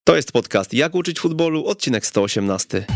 To jest podcast Jak uczyć futbolu, odcinek 118.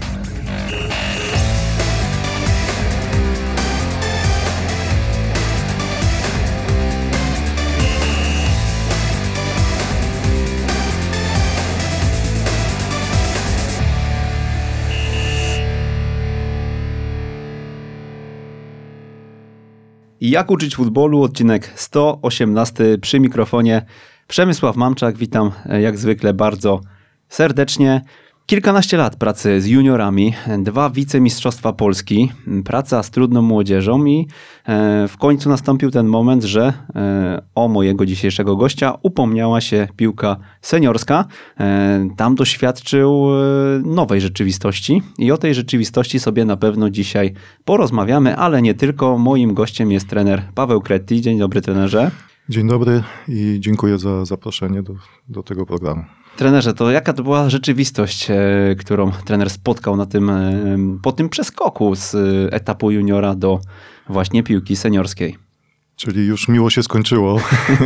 Jak uczyć futbolu, odcinek 118 przy mikrofonie. Przemysław Mamczak, witam jak zwykle bardzo serdecznie. Kilkanaście lat pracy z juniorami, 2 wicemistrzostwa Polski, praca z trudną młodzieżą i w końcu nastąpił ten moment, że o mojego dzisiejszego gościa upomniała się piłka seniorska. Tam doświadczył nowej rzeczywistości i o tej rzeczywistości sobie na pewno dzisiaj porozmawiamy, ale nie tylko. Moim gościem jest trener Paweł Kretti. Dzień dobry, trenerze. Dzień dobry i dziękuję za zaproszenie do tego programu. Trenerze, to jaka to była rzeczywistość, którą trener spotkał po tym przeskoku z etapu juniora do właśnie piłki seniorskiej? Czyli już miło się skończyło.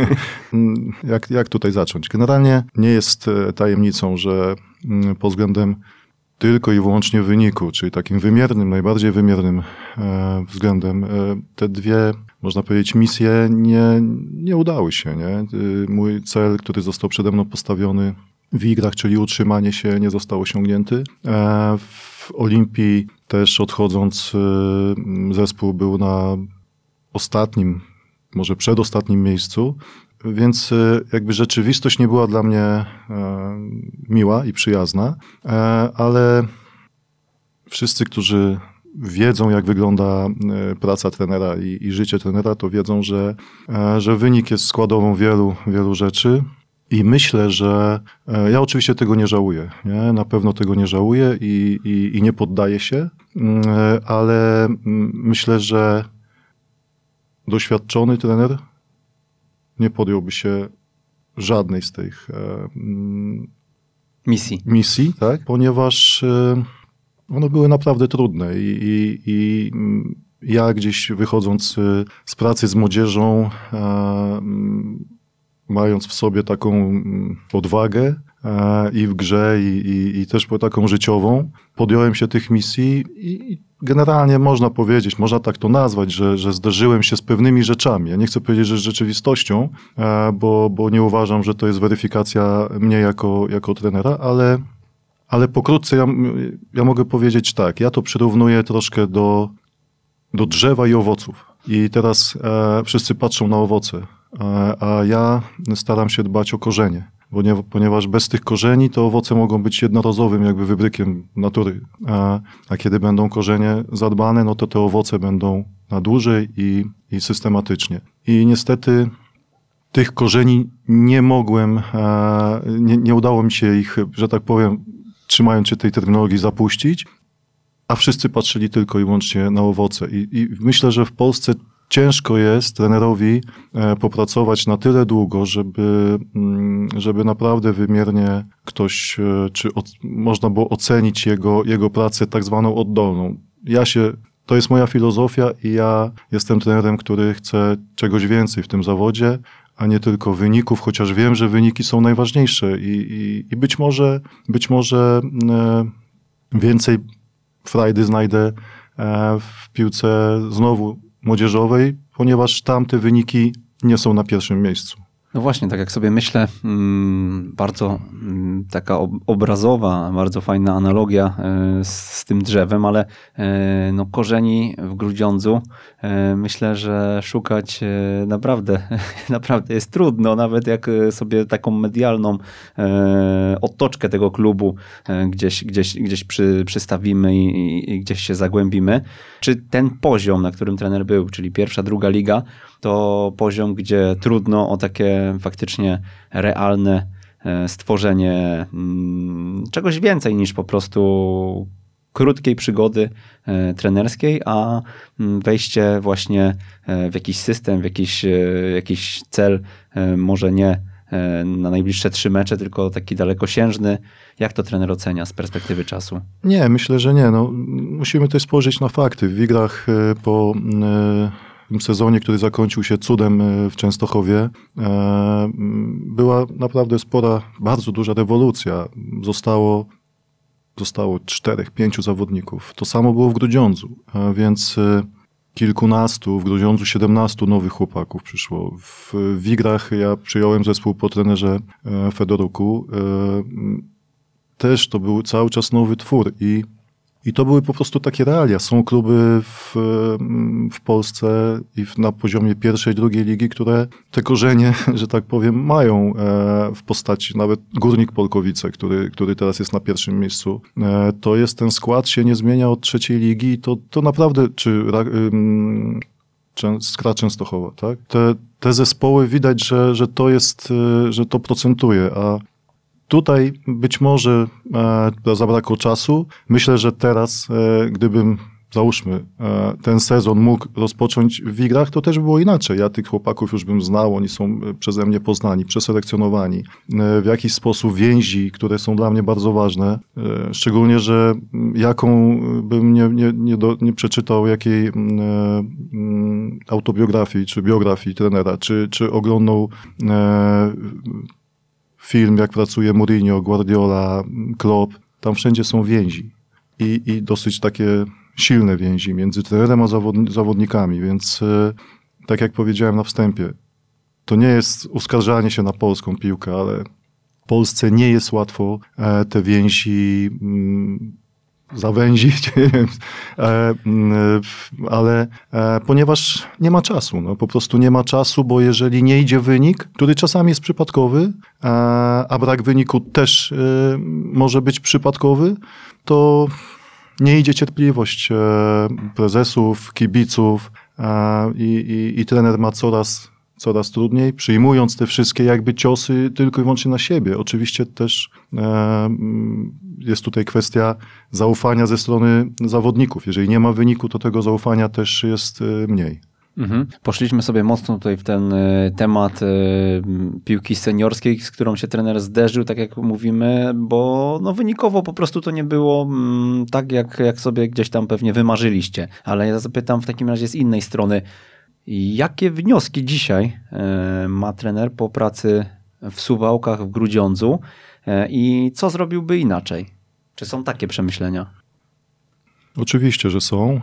Jak tutaj zacząć? Generalnie nie jest tajemnicą, że pod względem tylko i wyłącznie wyniku, czyli takim wymiernym, najbardziej wymiernym względem, te dwie, można powiedzieć, misje nie udały się. Nie? Mój cel, który został przede mną postawiony w igrach, czyli utrzymanie się, nie został osiągnięty. W Olimpii też odchodząc zespół był na ostatnim, może przedostatnim miejscu, więc jakby rzeczywistość nie była dla mnie miła i przyjazna, ale wszyscy, którzy wiedzą, jak wygląda praca trenera i życie trenera, to wiedzą, że wynik jest składową wielu rzeczy. I myślę, że ja oczywiście tego nie żałuję. Nie? Na pewno tego nie żałuję i nie poddaję się, ale myślę, że doświadczony trener nie podjąłby się żadnej z tych misji, tak? Ponieważ one były naprawdę trudne i ja gdzieś wychodząc z pracy z młodzieżą, mając w sobie taką odwagę i w grze i też taką życiową, podjąłem się tych misji i generalnie można powiedzieć, można tak to nazwać, że zderzyłem się z pewnymi rzeczami. Ja nie chcę powiedzieć, że z rzeczywistością, bo nie uważam, że to jest weryfikacja mnie jako trenera, ale pokrótce ja mogę powiedzieć tak, ja to przyrównuję troszkę do drzewa i owoców. I teraz wszyscy patrzą na owoce, a ja staram się dbać o korzenie, ponieważ bez tych korzeni to owoce mogą być jednorazowym jakby wybrykiem natury, a kiedy będą korzenie zadbane, no to te owoce będą na dłużej i systematycznie. I niestety tych korzeni nie mogłem, nie udało mi się ich, że tak powiem, trzymając się tej terminologii, zapuścić, a wszyscy patrzyli tylko i wyłącznie na owoce. I myślę, że w Polsce ciężko jest trenerowi popracować na tyle długo, żeby naprawdę wymiernie ktoś, można było ocenić jego pracę tak zwaną oddolną. To jest moja filozofia i ja jestem trenerem, który chce czegoś więcej w tym zawodzie, a nie tylko wyników, chociaż wiem, że wyniki są najważniejsze i być może więcej frajdy znajdę w piłce znowu młodzieżowej, ponieważ tam te wyniki nie są na pierwszym miejscu. No właśnie, tak jak sobie myślę, bardzo taka obrazowa, bardzo fajna analogia z tym drzewem, ale no korzeni w Grudziądzu myślę, że szukać naprawdę jest trudno, nawet jak sobie taką medialną otoczkę tego klubu gdzieś przystawimy i gdzieś się zagłębimy. Czy ten poziom, na którym trener był, czyli pierwsza, druga liga, to poziom, gdzie trudno o takie faktycznie realne stworzenie czegoś więcej niż po prostu krótkiej przygody trenerskiej, a wejście właśnie w jakiś system, w jakiś cel, może nie na najbliższe 3 mecze, tylko taki dalekosiężny. Jak to trener ocenia z perspektywy czasu? Nie, myślę, że nie. No, musimy też spojrzeć na fakty. W igrach po tym sezonie, który zakończył się cudem w Częstochowie, była naprawdę bardzo duża rewolucja. Zostało 4-5 zawodników. To samo było w Grudziądzu, więc kilkunastu, w Grudziądzu 17 nowych chłopaków przyszło. W Wigrach ja przyjąłem zespół po trenerze Fedoruku. Też to był cały czas nowy twór i to były po prostu takie realia. Są kluby w Polsce i na poziomie pierwszej, drugiej ligi, które te korzenie, że tak powiem, mają w postaci nawet Górnik Polkowice, który teraz jest na pierwszym miejscu. To jest ten skład, się nie zmienia od trzeciej ligi i to naprawdę, Skra Częstochowa, tak? Te zespoły widać, że to jest, że to procentuje, a tutaj być może zabrakło czasu. Myślę, że teraz, gdybym, załóżmy, ten sezon mógł rozpocząć w Wigrach, to też było inaczej. Ja tych chłopaków już bym znał, oni są przeze mnie poznani, przeselekcjonowani. W jakiś sposób więzi, które są dla mnie bardzo ważne. Szczególnie, że jaką bym nie przeczytał jakiej autobiografii, czy biografii trenera, czy oglądał film, jak pracuje Mourinho, Guardiola, Klopp, tam wszędzie są więzi i dosyć takie silne więzi między trenerem a zawodnikami, więc tak jak powiedziałem na wstępie, to nie jest uskarżanie się na polską piłkę, ale w Polsce nie jest łatwo te więzi zawęzić, nie wiem, ale ponieważ nie ma czasu, no po prostu nie ma czasu, bo jeżeli nie idzie wynik, który czasami jest przypadkowy, a brak wyniku też może być przypadkowy, to nie idzie cierpliwość prezesów, kibiców i trener ma coraz trudniej, przyjmując te wszystkie jakby ciosy tylko i wyłącznie na siebie. Oczywiście też jest tutaj kwestia zaufania ze strony zawodników. Jeżeli nie ma wyniku, to tego zaufania też jest mniej. Poszliśmy sobie mocno tutaj w ten temat piłki seniorskiej, z którą się trener zderzył, tak jak mówimy, bo no wynikowo po prostu to nie było tak, jak sobie gdzieś tam pewnie wymarzyliście. Ale ja zapytam w takim razie z innej strony, jakie wnioski dzisiaj ma trener po pracy w Suwałkach, w Grudziądzu i co zrobiłby inaczej? Czy są takie przemyślenia? Oczywiście, że są.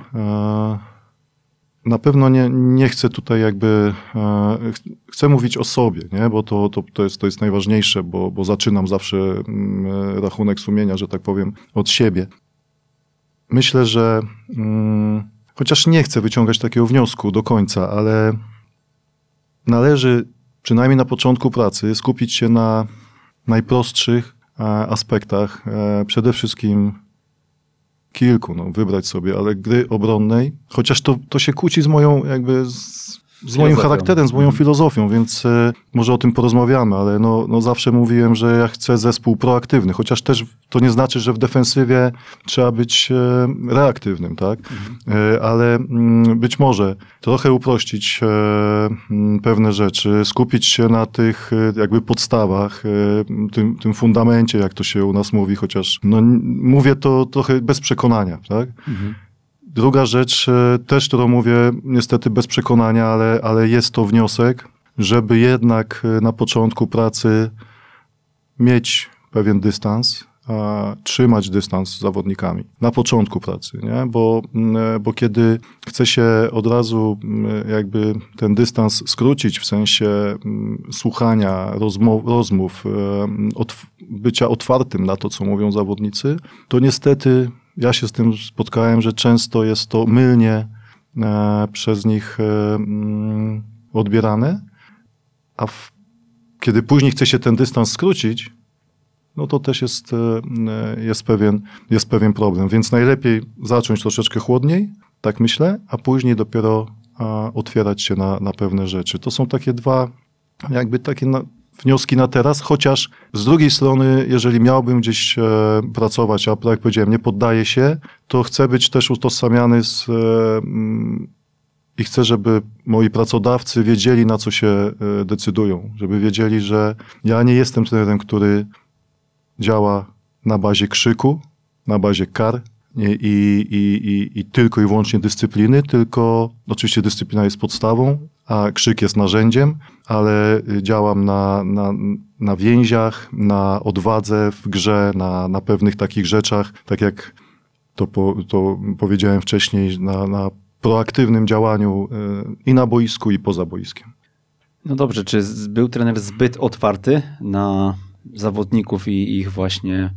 Na pewno nie chcę tutaj jakby, chcę mówić o sobie, nie? Bo to jest najważniejsze, bo zaczynam zawsze rachunek sumienia, że tak powiem, od siebie. Myślę, że chociaż nie chcę wyciągać takiego wniosku do końca, ale należy przynajmniej na początku pracy skupić się na najprostszych aspektach, przede wszystkim kilku, wybrać sobie, ale gry obronnej, chociaż to się kłóci z moją jakby z moim charakterem, z moją filozofią, więc może o tym porozmawiamy, ale zawsze mówiłem, że ja chcę zespół proaktywny, chociaż też to nie znaczy, że w defensywie trzeba być reaktywnym, tak? Ale być może trochę uprościć pewne rzeczy, skupić się na tych jakby podstawach, tym fundamencie, jak to się u nas mówi, chociaż mówię to trochę bez przekonania, tak? Druga rzecz, też którą mówię niestety bez przekonania, ale jest to wniosek, żeby jednak na początku pracy mieć pewien dystans, trzymać dystans z zawodnikami na początku pracy, nie? Bo kiedy chce się od razu jakby ten dystans skrócić w sensie słuchania, rozmów, bycia otwartym na to, co mówią zawodnicy, to niestety ja się z tym spotkałem, że często jest to mylnie przez nich odbierane, a kiedy później chce się ten dystans skrócić, no to też jest pewien problem. Więc najlepiej zacząć troszeczkę chłodniej, tak myślę, a później dopiero otwierać się na pewne rzeczy. To są takie dwa jakby takie wnioski na teraz, chociaż z drugiej strony, jeżeli miałbym gdzieś pracować, a jak powiedziałem, nie poddaję się, to chcę być też utożsamiany i chcę, żeby moi pracodawcy wiedzieli, na co się decydują. Żeby wiedzieli, że ja nie jestem trenerem, który działa na bazie krzyku, na bazie kar, i tylko i wyłącznie dyscypliny, tylko oczywiście dyscyplina jest podstawą, a krzyk jest narzędziem, ale działam na więziach, na odwadze w grze, na pewnych takich rzeczach, tak jak to powiedziałem wcześniej, na proaktywnym działaniu i na boisku, i poza boiskiem. No dobrze, czy był trener zbyt otwarty na zawodników i ich właśnie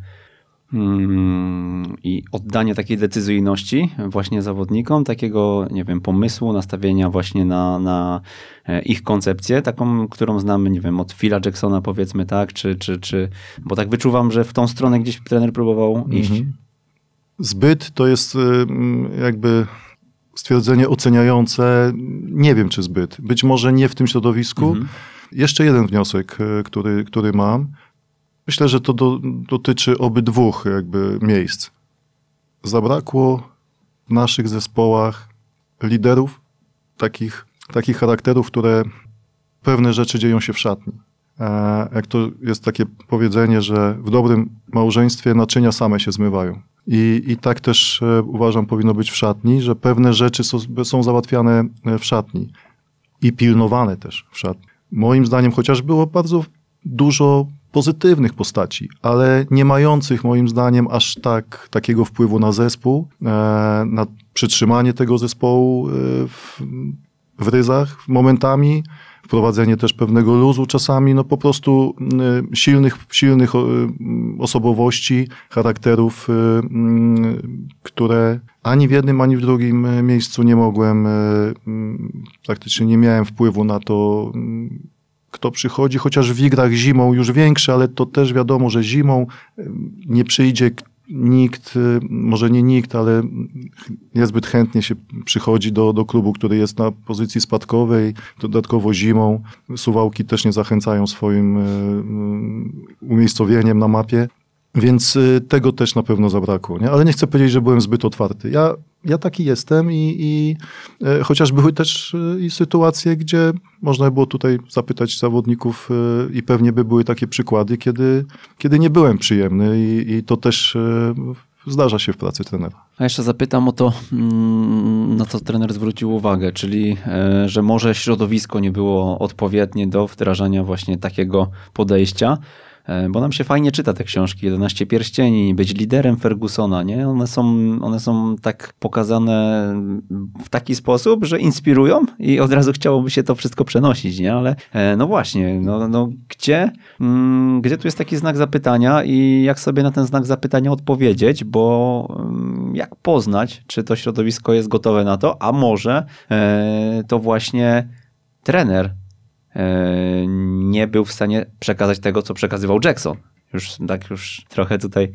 i oddanie takiej decyzyjności właśnie zawodnikom, takiego, nie wiem, pomysłu, nastawienia właśnie na ich koncepcję, taką, którą znamy, nie wiem, od Phila Jacksona powiedzmy, tak, czy bo tak wyczuwam, że w tą stronę gdzieś trener próbował iść. Zbyt to jest jakby stwierdzenie oceniające. Nie wiem, czy zbyt. Być może nie w tym środowisku. Jeszcze jeden wniosek, który mam. Myślę, że to dotyczy obydwu jakby miejsc. Zabrakło w naszych zespołach liderów, takich charakterów, które pewne rzeczy dzieją się w szatni. Jak to jest takie powiedzenie, że w dobrym małżeństwie naczynia same się zmywają. I tak też uważam powinno być w szatni, że pewne rzeczy są załatwiane w szatni i pilnowane też w szatni. Moim zdaniem, chociaż było bardzo dużo pozytywnych postaci, ale nie mających moim zdaniem aż takiego wpływu na zespół, na przytrzymanie tego zespołu w ryzach momentami, wprowadzenie też pewnego luzu czasami, no po prostu silnych osobowości, charakterów, które ani w jednym, ani w drugim miejscu nie mogłem, praktycznie nie miałem wpływu na to, kto przychodzi, chociaż w igrach zimą już większy, ale to też wiadomo, że zimą nie przyjdzie nikt, może nie nikt, ale niezbyt chętnie się przychodzi do klubu, który jest na pozycji spadkowej, dodatkowo zimą. Suwałki też nie zachęcają swoim umiejscowieniem na mapie, więc tego też na pewno zabrakło. Nie? Ale nie chcę powiedzieć, że byłem zbyt otwarty. Ja taki jestem i chociaż były też i sytuacje, gdzie można było tutaj zapytać zawodników i pewnie by były takie przykłady, kiedy nie byłem przyjemny i to też zdarza się w pracy trenera. A jeszcze zapytam o to, na co trener zwrócił uwagę, czyli że może środowisko nie było odpowiednie do wdrażania właśnie takiego podejścia. Bo nam się fajnie czyta te książki, 11 pierścieni, być liderem Fergusona, nie? One są tak pokazane w taki sposób, że inspirują i od razu chciałoby się to wszystko przenosić, nie? Ale no właśnie, gdzie tu jest taki znak zapytania i jak sobie na ten znak zapytania odpowiedzieć, bo jak poznać, czy to środowisko jest gotowe na to, a może to właśnie trener nie był w stanie przekazać tego, co przekazywał Jackson. Już trochę tutaj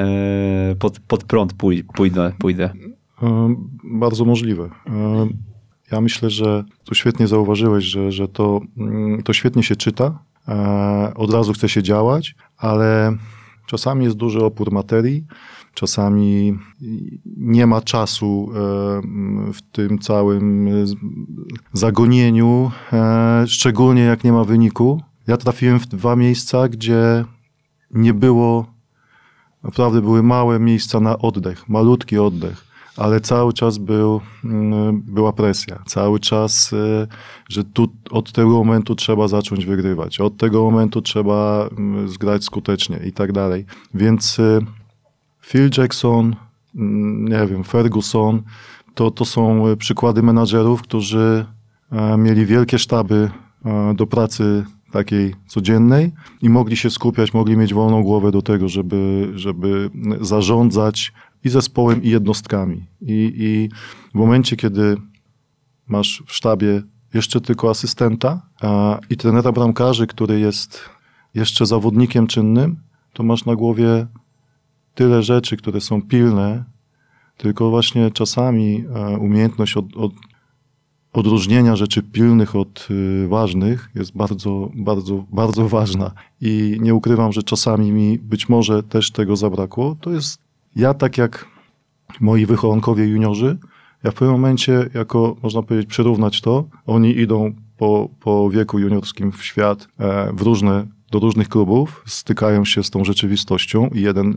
pod prąd pójdę. Bardzo możliwe. Ja myślę, że tu świetnie zauważyłeś, że to świetnie się czyta. Od razu chce się działać, ale czasami jest duży opór materii, czasami nie ma czasu w tym całym zagonieniu, szczególnie jak nie ma wyniku. Ja trafiłem w 2 miejsca, gdzie nie było, naprawdę były małe miejsca na oddech, malutki oddech, ale cały czas była presja. Cały czas, że tu od tego momentu trzeba zacząć wygrywać, od tego momentu trzeba zgrać skutecznie i tak dalej. Więc Phil Jackson, nie wiem, Ferguson, to są przykłady menadżerów, którzy mieli wielkie sztaby do pracy takiej codziennej i mogli się skupiać, mogli mieć wolną głowę do tego, żeby zarządzać i zespołem, i jednostkami. I w momencie, kiedy masz w sztabie jeszcze tylko asystenta i trenera bramkarzy, który jest jeszcze zawodnikiem czynnym, to masz na głowie tyle rzeczy, które są pilne, tylko właśnie czasami umiejętność odróżnienia rzeczy pilnych od ważnych jest bardzo, bardzo, bardzo ważna. I nie ukrywam, że czasami mi być może też tego zabrakło. To jest, ja tak jak moi wychowankowie juniorzy, ja w pewnym momencie, jako można powiedzieć, przyrównać to, oni idą po wieku juniorskim w świat, do różnych klubów, stykają się z tą rzeczywistością i jeden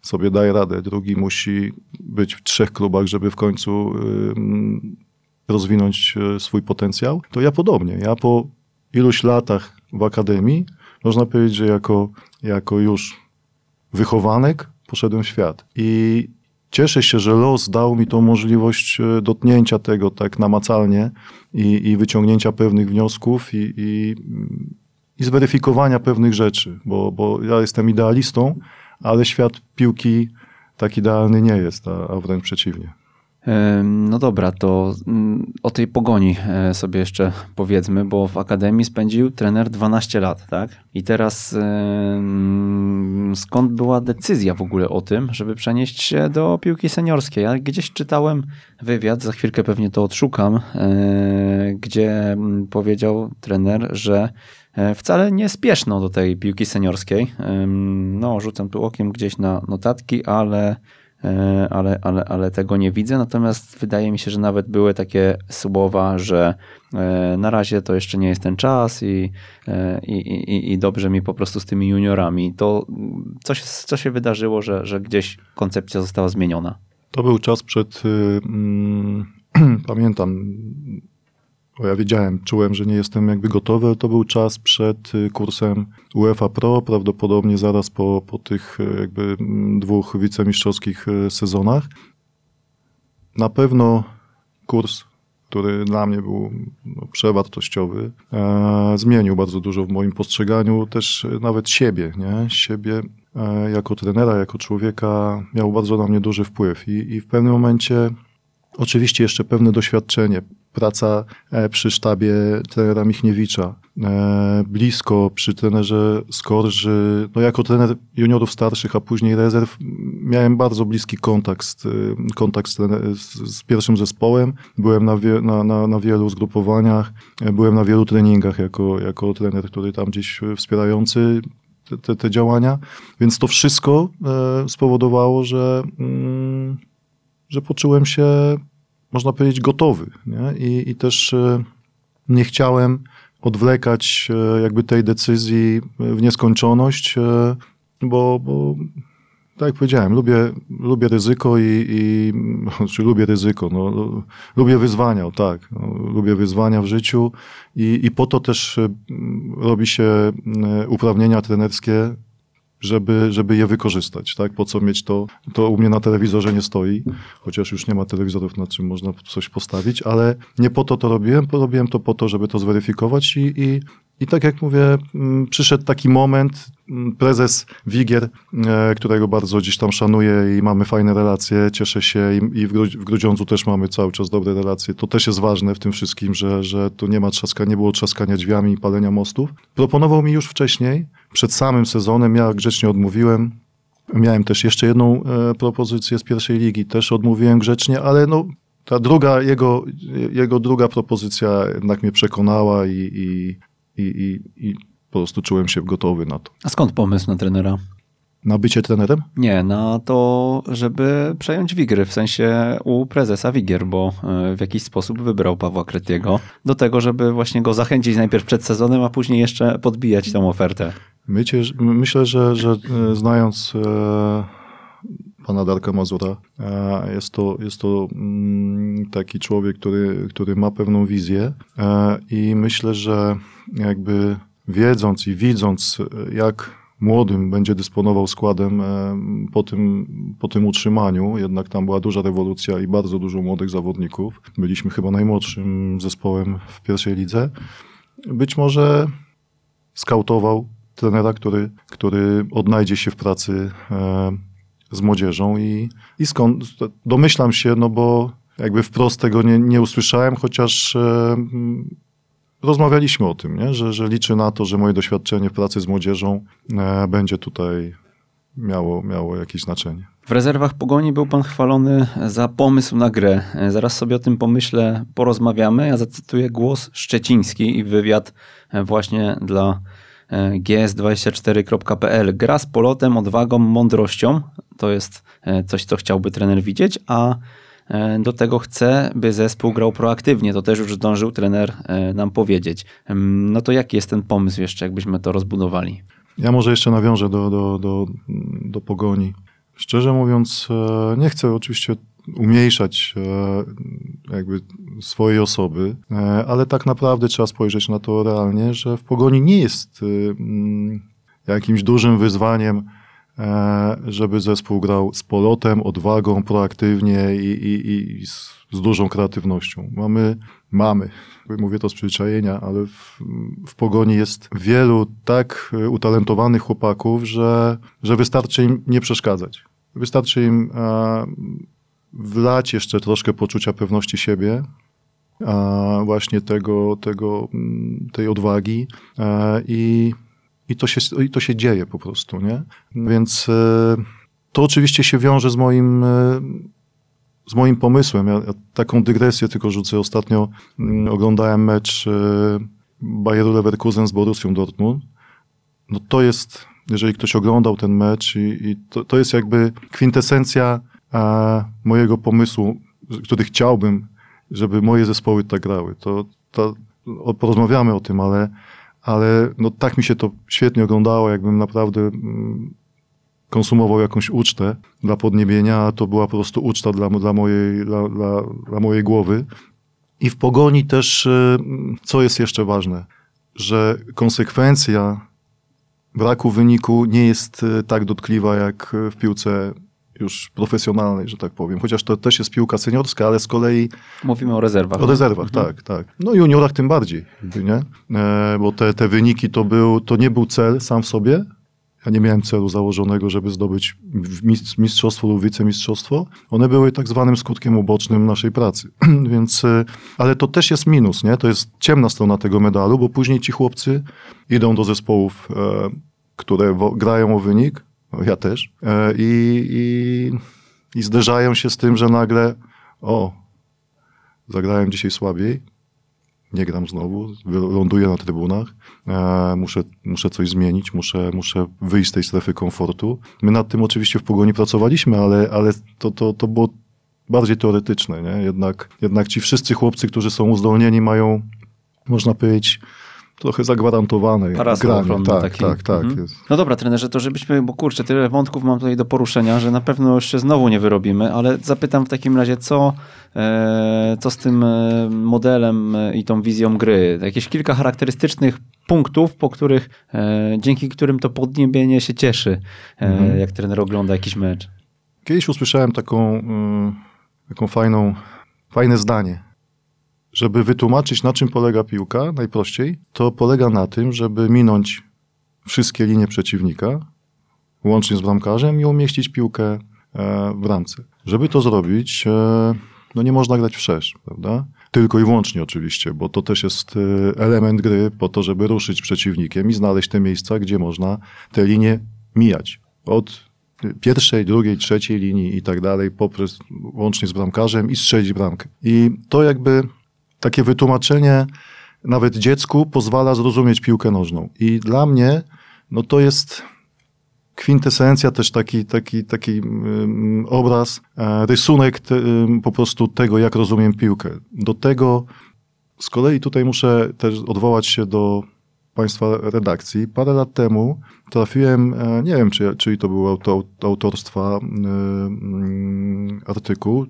sobie daje radę, drugi musi być w 3 klubach, żeby w końcu rozwinąć swój potencjał, to ja podobnie. Ja po iluś latach w akademii, można powiedzieć, że jako już wychowanek poszedłem w świat. I cieszę się, że los dał mi tą możliwość dotknięcia tego tak namacalnie i wyciągnięcia pewnych wniosków i zweryfikowania pewnych rzeczy, bo ja jestem idealistą, ale świat piłki tak idealny nie jest, a wręcz przeciwnie. No dobra, to o tej Pogoni sobie jeszcze powiedzmy, bo w Akademii spędził trener 12 lat, tak? I teraz skąd była decyzja w ogóle o tym, żeby przenieść się do piłki seniorskiej? Ja gdzieś czytałem wywiad, za chwilkę pewnie to odszukam, gdzie powiedział trener, że wcale nie spieszno do tej piłki seniorskiej. No, rzucam tu okiem gdzieś na notatki, ale tego nie widzę. Natomiast wydaje mi się, że nawet były takie słowa, że na razie to jeszcze nie jest ten czas i dobrze mi po prostu z tymi juniorami. To co się wydarzyło, że gdzieś koncepcja została zmieniona? To był czas przed, pamiętam, bo ja czułem, że nie jestem jakby gotowy, ale to był czas przed kursem UEFA Pro, prawdopodobnie zaraz po tych jakby 2 wicemistrzowskich sezonach. Na pewno kurs, który dla mnie był przewartościowy, zmienił bardzo dużo w moim postrzeganiu, też nawet siebie, nie? Siebie jako trenera, jako człowieka miał bardzo na mnie duży wpływ i w pewnym momencie oczywiście jeszcze pewne doświadczenie, praca przy sztabie trenera Michniewicza, blisko przy trenerze Skorży. No jako trener juniorów starszych, a później rezerw miałem bardzo bliski kontakt z pierwszym zespołem. Byłem na wielu zgrupowaniach, byłem na wielu treningach jako trener, który tam gdzieś wspierający te działania. Więc to wszystko spowodowało, że poczułem się, można powiedzieć, gotowy. Nie? I też nie chciałem odwlekać jakby tej decyzji w nieskończoność, bo tak jak powiedziałem, lubię ryzyko lubię ryzyko, lubię wyzwania, tak. Lubię wyzwania w życiu i po to też robi się uprawnienia trenerskie, żeby je wykorzystać, tak? Po co mieć to u mnie na telewizorze nie stoi, chociaż już nie ma telewizorów, na czym można coś postawić, ale nie po to robiłem to po to, żeby to zweryfikować i tak jak mówię, przyszedł taki moment, prezes Wigier, którego bardzo gdzieś tam szanuję i mamy fajne relacje, cieszę się i w Grudziądzu też mamy cały czas dobre relacje. To też jest ważne w tym wszystkim, że tu nie było trzaskania drzwiami i palenia mostów. Proponował mi już wcześniej, przed samym sezonem, ja grzecznie odmówiłem. Miałem też jeszcze jedną propozycję z pierwszej ligi, też odmówiłem grzecznie, ale ta jego druga propozycja jednak mnie przekonała i po prostu czułem się gotowy na to. A skąd pomysł na trenera? Na bycie trenerem? Nie, na to, żeby przejąć Wigry, w sensie u prezesa Wigier, bo w jakiś sposób wybrał Pawła Kretiego do tego, żeby właśnie go zachęcić najpierw przed sezonem, a później jeszcze podbijać tą ofertę. Myślę, że znając pana Darka Mazura, jest to taki człowiek, który ma pewną wizję i myślę, że jakby wiedząc i widząc, jak młodym będzie dysponował składem po tym utrzymaniu, jednak tam była duża rewolucja i bardzo dużo młodych zawodników. Byliśmy chyba najmłodszym zespołem w pierwszej lidze. Być może skautował trenera, który odnajdzie się w pracy z młodzieżą i skąd domyślam się, bo jakby wprost tego nie usłyszałem, chociaż rozmawialiśmy o tym, nie? Że liczy na to, że moje doświadczenie w pracy z młodzieżą będzie tutaj miało jakieś znaczenie. W rezerwach Pogoni był pan chwalony za pomysł na grę. Zaraz sobie o tym pomyśle, porozmawiamy. Ja zacytuję głos szczeciński i wywiad właśnie dla gs24.pl. Gra z polotem, odwagą, mądrością. To jest coś, co chciałby trener widzieć, a do tego chce, by zespół grał proaktywnie. To też już zdążył trener nam powiedzieć. No to jaki jest ten pomysł jeszcze, jakbyśmy to rozbudowali? Ja może jeszcze nawiążę do Pogoni. Szczerze mówiąc, nie chcę oczywiście umniejszać jakby swojej osoby, ale tak naprawdę trzeba spojrzeć na to realnie, że w Pogoni nie jest jakimś dużym wyzwaniem, żeby zespół grał z polotem, odwagą, proaktywnie i z dużą kreatywnością. Mamy, mówię to z przyzwyczajenia, ale w Pogoni jest wielu tak utalentowanych chłopaków, że wystarczy im nie przeszkadzać. Wystarczy im wlać jeszcze troszkę poczucia pewności siebie, właśnie tej odwagi i to się dzieje po prostu, nie? Więc to oczywiście się wiąże z moim pomysłem. Ja taką dygresję tylko rzucę. Ostatnio oglądałem mecz Bayeru Leverkusen z Borussią Dortmund. No to jest, jeżeli ktoś oglądał ten mecz i to jest jakby kwintesencja mojego pomysłu, który chciałbym, żeby moje zespoły tak grały. Porozmawiamy o tym, ale no tak mi się to świetnie oglądało, jakbym naprawdę konsumował jakąś ucztę dla podniebienia, a to była po prostu uczta dla mojej głowy. I w Pogoni też, co jest jeszcze ważne, że konsekwencja braku wyniku nie jest tak dotkliwa jak w piłce już profesjonalnej, że tak powiem. Chociaż to też jest piłka seniorska, ale z kolei... Mówimy o rezerwach. O rezerwach, tak. No i juniorach tym bardziej, nie? Bo te wyniki to nie był cel sam w sobie. Ja nie miałem celu założonego, żeby zdobyć mistrzostwo lub wicemistrzostwo. One były tak zwanym skutkiem ubocznym naszej pracy. Więc, ale to też jest minus, nie? To jest ciemna strona tego medalu, bo później ci chłopcy idą do zespołów, które grają o wynik, ja też, i zderzają się z tym, że nagle zagrałem dzisiaj słabiej, nie gram znowu, ląduję na trybunach, muszę coś zmienić, muszę wyjść z tej strefy komfortu. My nad tym oczywiście w Pogoni pracowaliśmy, ale to było bardziej teoretyczne, nie? Jednak ci wszyscy chłopcy, którzy są uzdolnieni, mają, można powiedzieć, trochę zagwarantowane granie. Tak. No dobra, trenerze, to żebyśmy, bo kurczę, tyle wątków mam tutaj do poruszenia, że na pewno już się znowu nie wyrobimy, ale zapytam w takim razie, co z tym modelem i tą wizją gry? Jakieś kilka charakterystycznych punktów, dzięki którym to podniebienie się cieszy, jak trener ogląda jakiś mecz. Kiedyś usłyszałem taką fajne zdanie. Żeby wytłumaczyć, na czym polega piłka, najprościej, to polega na tym, żeby minąć wszystkie linie przeciwnika, łącznie z bramkarzem, i umieścić piłkę w bramce. Żeby to zrobić, no nie można grać wszerz, prawda? Tylko i wyłącznie oczywiście, bo to też jest element gry po to, żeby ruszyć przeciwnikiem i znaleźć te miejsca, gdzie można te linie mijać. Od pierwszej, drugiej, trzeciej linii i tak dalej, łącznie z bramkarzem i strzelić bramkę. I to jakby takie wytłumaczenie nawet dziecku pozwala zrozumieć piłkę nożną. I dla mnie, no to jest kwintesencja, też taki obraz, rysunek po prostu tego, jak rozumiem piłkę. Do tego z kolei tutaj muszę też odwołać się do Państwa redakcji. Parę lat temu trafiłem, nie wiem, czy to był autorstwa artykuł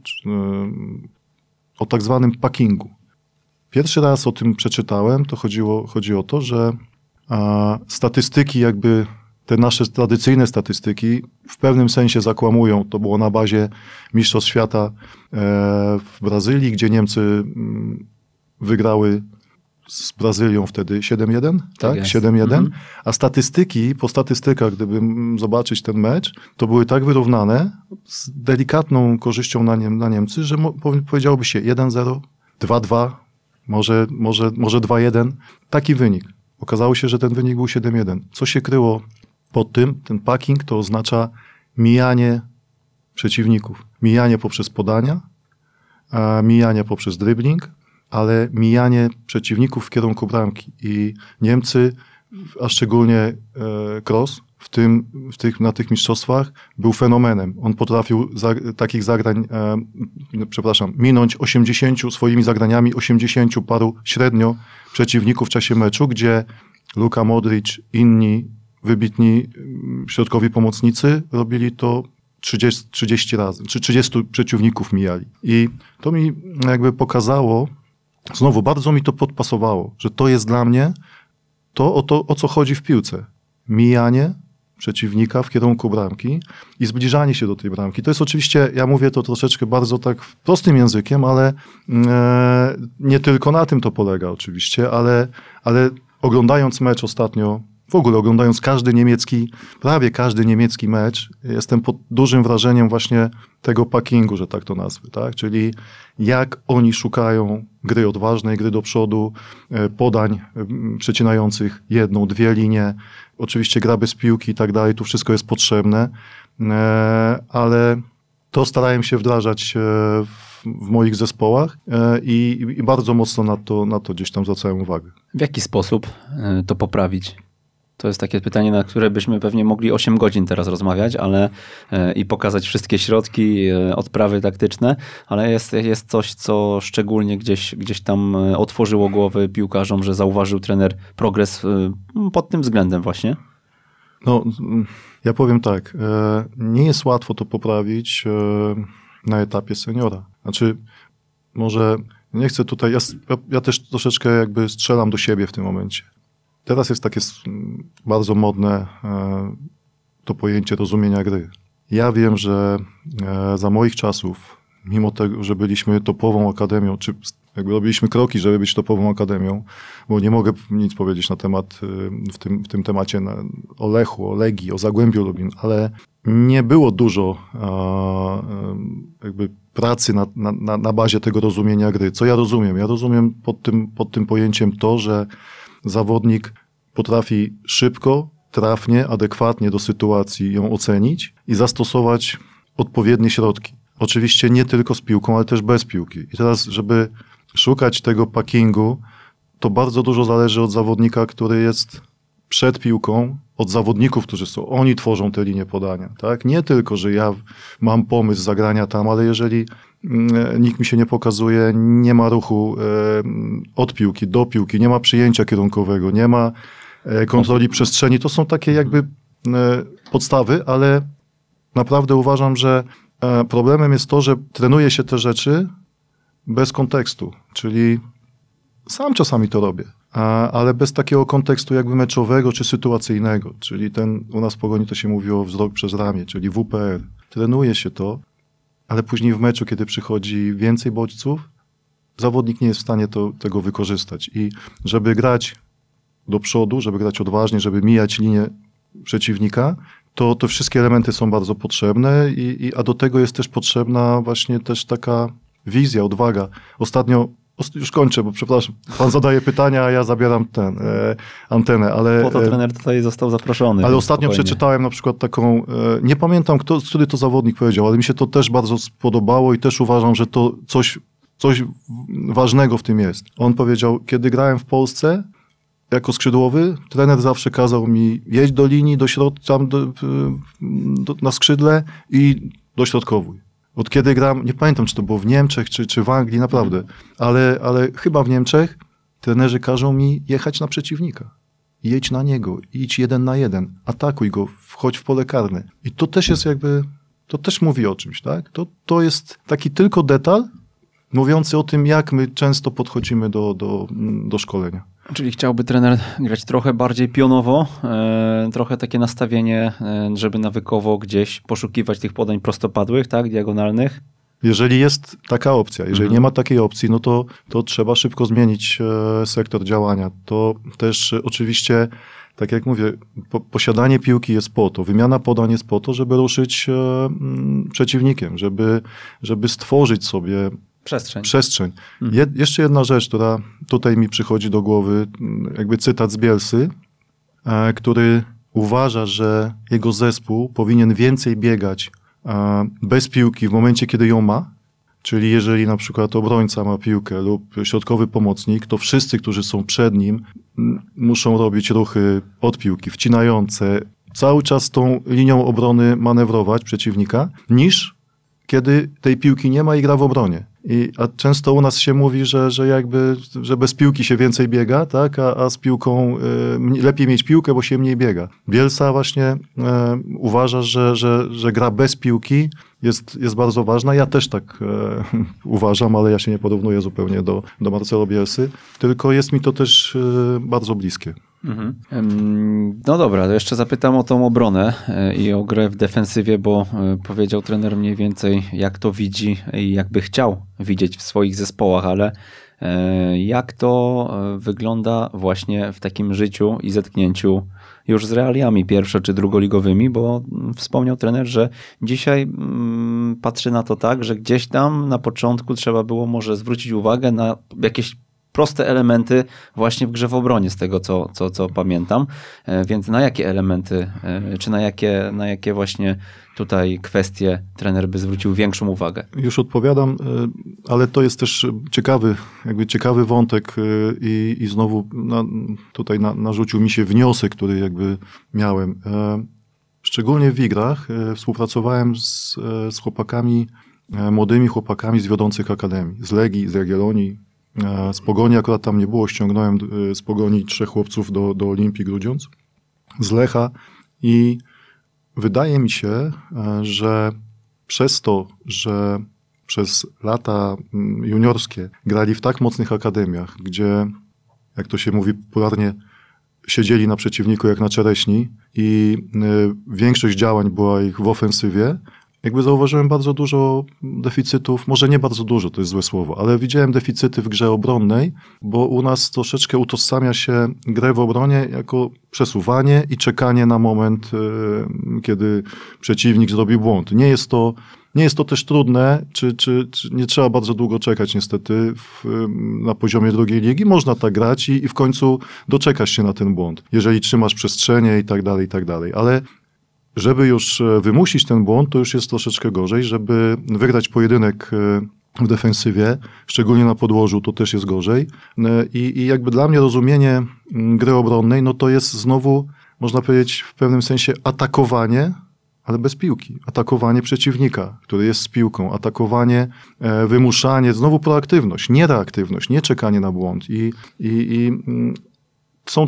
o tak zwanym packingu. Pierwszy raz o tym przeczytałem, to chodzi o to, że statystyki jakby, te nasze tradycyjne statystyki w pewnym sensie zakłamują. To było na bazie Mistrzostw Świata w Brazylii, gdzie Niemcy wygrały z Brazylią wtedy 7-1, tak? 7-1. A po statystykach, gdyby zobaczyć ten mecz, to były tak wyrównane, z delikatną korzyścią na Niemcy, że powiedziałoby się 1-0, 2-2, może 2-1. Taki wynik. Okazało się, że ten wynik był 7-1. Co się kryło pod tym? Ten packing to oznacza mijanie przeciwników. Mijanie poprzez podania, mijanie poprzez dribbling, ale mijanie przeciwników w kierunku bramki. I Niemcy, a szczególnie Kroos, na tych mistrzostwach był fenomenem. On potrafił takich zagrań, minąć 80 swoimi zagraniami, 80 paru średnio przeciwników w czasie meczu, gdzie Luka Modric, inni wybitni środkowi pomocnicy robili to 30 razy, czy 30 przeciwników mijali. I to mi jakby pokazało, znowu bardzo mi to podpasowało, że to jest dla mnie to, o co chodzi w piłce. Mijanie przeciwnika w kierunku bramki i zbliżanie się do tej bramki. To jest oczywiście, ja mówię to troszeczkę bardzo tak prostym językiem, ale nie tylko na tym to polega oczywiście, ale oglądając mecz ostatnio, w ogóle oglądając prawie każdy niemiecki mecz, jestem pod dużym wrażeniem właśnie tego packingu, że tak to nazwę, tak? Czyli jak oni szukają gry odważnej, gry do przodu, podań przecinających 1, 2 linie, oczywiście gra bez piłki i tak dalej, tu wszystko jest potrzebne, ale to starałem się wdrażać w moich zespołach i bardzo mocno na to gdzieś tam zwracałem uwagę. W jaki sposób to poprawić? To jest takie pytanie, na które byśmy pewnie mogli 8 godzin teraz rozmawiać, ale i pokazać wszystkie środki, odprawy taktyczne, ale jest coś, co szczególnie gdzieś tam otworzyło głowy piłkarzom, że zauważył trener progres pod tym względem właśnie? No, ja powiem tak, nie jest łatwo to poprawić na etapie seniora. Znaczy, może nie chcę tutaj, ja też troszeczkę jakby strzelam do siebie w tym momencie. Teraz jest takie bardzo modne to pojęcie rozumienia gry. Ja wiem, że za moich czasów, mimo tego, że byliśmy topową akademią, czy jakby robiliśmy kroki, żeby być topową akademią, bo nie mogę nic powiedzieć na temat, w tym temacie o Lechu, o Legii, o Zagłębiu Lubin, ale nie było dużo jakby pracy na bazie tego rozumienia gry. Co ja rozumiem? Ja rozumiem pod tym pojęciem to, że zawodnik potrafi szybko, trafnie, adekwatnie do sytuacji ją ocenić i zastosować odpowiednie środki. Oczywiście nie tylko z piłką, ale też bez piłki. I teraz, żeby szukać tego packingu, to bardzo dużo zależy od zawodnika, który jest przed piłką, od zawodników, którzy są. Oni tworzą te linie podania. Tak? Nie tylko, że ja mam pomysł zagrania tam, ale jeżeli nikt mi się nie pokazuje, nie ma ruchu od piłki do piłki, nie ma przyjęcia kierunkowego, nie ma kontroli przestrzeni. To są takie jakby podstawy, ale naprawdę uważam, że problemem jest to, że trenuje się te rzeczy bez kontekstu, czyli sam czasami to robię, ale bez takiego kontekstu jakby meczowego czy sytuacyjnego, czyli u nas w Pogoni to się mówiło wzrok przez ramię, czyli WPR. Trenuje się to, ale później w meczu, kiedy przychodzi więcej bodźców, zawodnik nie jest w stanie tego wykorzystać. I żeby grać do przodu, żeby grać odważnie, żeby mijać linię przeciwnika, to te wszystkie elementy są bardzo potrzebne, a do tego jest też potrzebna właśnie też taka wizja, odwaga. Ostatnio, już kończę, bo przepraszam, pan zadaje pytania, a ja zabieram antenę, ale... Po to trener tutaj został zaproszony. Ale ostatnio przeczytałem na przykład taką, nie pamiętam, który to zawodnik powiedział, ale mi się to też bardzo spodobało i też uważam, że to coś ważnego w tym jest. On powiedział, kiedy grałem w Polsce jako skrzydłowy, trener zawsze kazał mi jeść do linii, do środka, na skrzydle i dośrodkowuj. Od kiedy gram, nie pamiętam, czy to było w Niemczech, czy w Anglii, naprawdę, ale chyba w Niemczech trenerzy każą mi jechać na przeciwnika. Jedź na niego, idź 1 na 1, atakuj go, wchodź w pole karne. I to też jest jakby, to też mówi o czymś, tak? To jest taki tylko detal mówiący o tym, jak my często podchodzimy do szkolenia. Czyli chciałby trener grać trochę bardziej pionowo, trochę takie nastawienie, żeby nawykowo gdzieś poszukiwać tych podań prostopadłych, tak, diagonalnych? Jeżeli jest taka opcja, jeżeli nie ma takiej opcji, no to trzeba szybko zmienić sektor działania. To też oczywiście, tak jak mówię, posiadanie piłki jest po to, wymiana podań jest po to, żeby ruszyć przeciwnikiem, żeby stworzyć sobie przestrzeń. Jeszcze jedna rzecz, która tutaj mi przychodzi do głowy, jakby cytat z Bielsy, który uważa, że jego zespół powinien więcej biegać bez piłki w momencie, kiedy ją ma, czyli jeżeli na przykład obrońca ma piłkę lub środkowy pomocnik, to wszyscy, którzy są przed nim, muszą robić ruchy od piłki, wcinające, cały czas tą linią obrony manewrować przeciwnika, niż kiedy tej piłki nie ma i gra w obronie. A często u nas się mówi, że bez piłki się więcej biega, tak? A z piłką lepiej mieć piłkę, bo się mniej biega. Bielsa właśnie uważa, że gra bez piłki jest bardzo ważna. Ja też tak uważam, ale ja się nie porównuję zupełnie do Marcelo Bielsy, tylko jest mi to też bardzo bliskie. Mhm. No dobra, to jeszcze zapytam o tą obronę i o grę w defensywie, bo powiedział trener mniej więcej, jak to widzi i jakby chciał widzieć w swoich zespołach, ale jak to wygląda właśnie w takim życiu i zetknięciu już z realiami pierwszo- czy drugoligowymi, bo wspomniał trener, że dzisiaj patrzy na to tak, że gdzieś tam na początku trzeba było może zwrócić uwagę na jakieś proste elementy właśnie w grze w obronie, z tego co pamiętam. Więc na jakie elementy, czy na jakie właśnie tutaj kwestie trener by zwrócił większą uwagę? Już odpowiadam, ale to jest też ciekawy wątek i znowu tutaj narzucił mi się wniosek, który jakby miałem. Szczególnie w igrach współpracowałem z chłopakami, młodymi chłopakami z wiodących akademii, z Legii, z Jagiellonii. Z Pogoni akurat tam nie było, ściągnąłem z Pogoni 3 chłopców do Olimpii Grudziądz, z Lecha i wydaje mi się, że przez to, że przez lata juniorskie grali w tak mocnych akademiach, gdzie, jak to się mówi popularnie, siedzieli na przeciwniku jak na czereśni i większość działań była ich w ofensywie, jakby zauważyłem bardzo dużo deficytów, może nie bardzo dużo, to jest złe słowo, ale widziałem deficyty w grze obronnej, bo u nas troszeczkę utożsamia się grę w obronie jako przesuwanie i czekanie na moment, kiedy przeciwnik zrobi błąd. Nie jest to też trudne, czy nie trzeba bardzo długo czekać niestety na poziomie drugiej ligi. Można tak grać i w końcu doczekasz się na ten błąd, jeżeli trzymasz przestrzenie i tak dalej, ale żeby już wymusić ten błąd, to już jest troszeczkę gorzej. Żeby wygrać pojedynek w defensywie, szczególnie na podłożu, to też jest gorzej. I jakby dla mnie rozumienie gry obronnej, no to jest znowu, można powiedzieć, w pewnym sensie atakowanie, ale bez piłki. Atakowanie przeciwnika, który jest z piłką. Atakowanie, wymuszanie, znowu proaktywność, nie reaktywność, nie czekanie na błąd. I są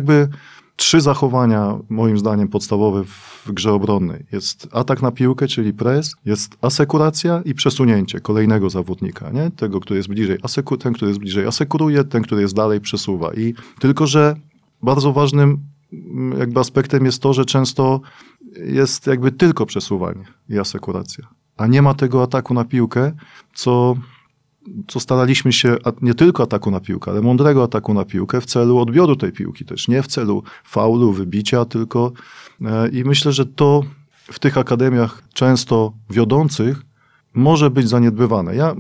trzy zachowania, moim zdaniem, podstawowe w grze obronnej. Jest atak na piłkę, czyli pres, jest asekuracja i przesunięcie kolejnego zawodnika, nie? Tego, który jest bliżej, ten, który jest bliżej asekuruje, ten, który jest dalej przesuwa. I tylko, że bardzo ważnym jakby aspektem jest to, że często jest jakby tylko przesuwanie i asekuracja, a nie ma tego ataku na piłkę, co staraliśmy się, nie tylko ataku na piłkę, ale mądrego ataku na piłkę w celu odbioru tej piłki też, nie w celu faulu, wybicia, tylko i myślę, że to w tych akademiach często wiodących może być zaniedbywane. Ja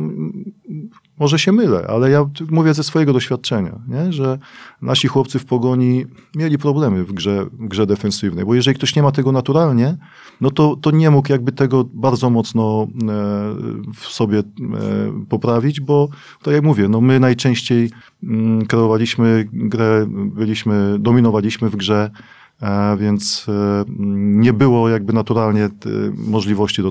może się mylę, ale ja mówię ze swojego doświadczenia, nie? Że nasi chłopcy w Pogoni mieli problemy w grze defensywnej, bo jeżeli ktoś nie ma tego naturalnie, no to nie mógł jakby tego bardzo mocno w sobie poprawić, bo tak jak mówię, no my najczęściej kreowaliśmy grę, dominowaliśmy w grze, więc nie było jakby naturalnie możliwości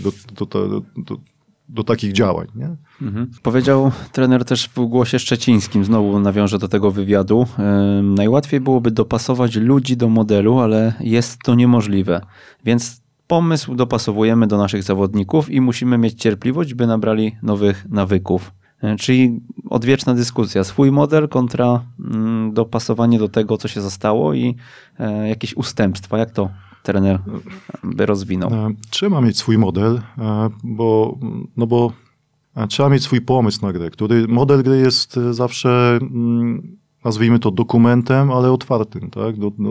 do takich działań. Nie? Mhm. Powiedział trener też w Głosie Szczecińskim, znowu nawiążę do tego wywiadu, najłatwiej byłoby dopasować ludzi do modelu, ale jest to niemożliwe, więc pomysł dopasowujemy do naszych zawodników i musimy mieć cierpliwość, by nabrali nowych nawyków. Czyli odwieczna dyskusja, swój model kontra dopasowanie do tego, co się zostało i jakieś ustępstwa. Jak to trener by rozwinął? Trzeba mieć swój model, bo trzeba mieć swój pomysł na grę. Model gry jest zawsze, nazwijmy to, dokumentem, ale otwartym, tak?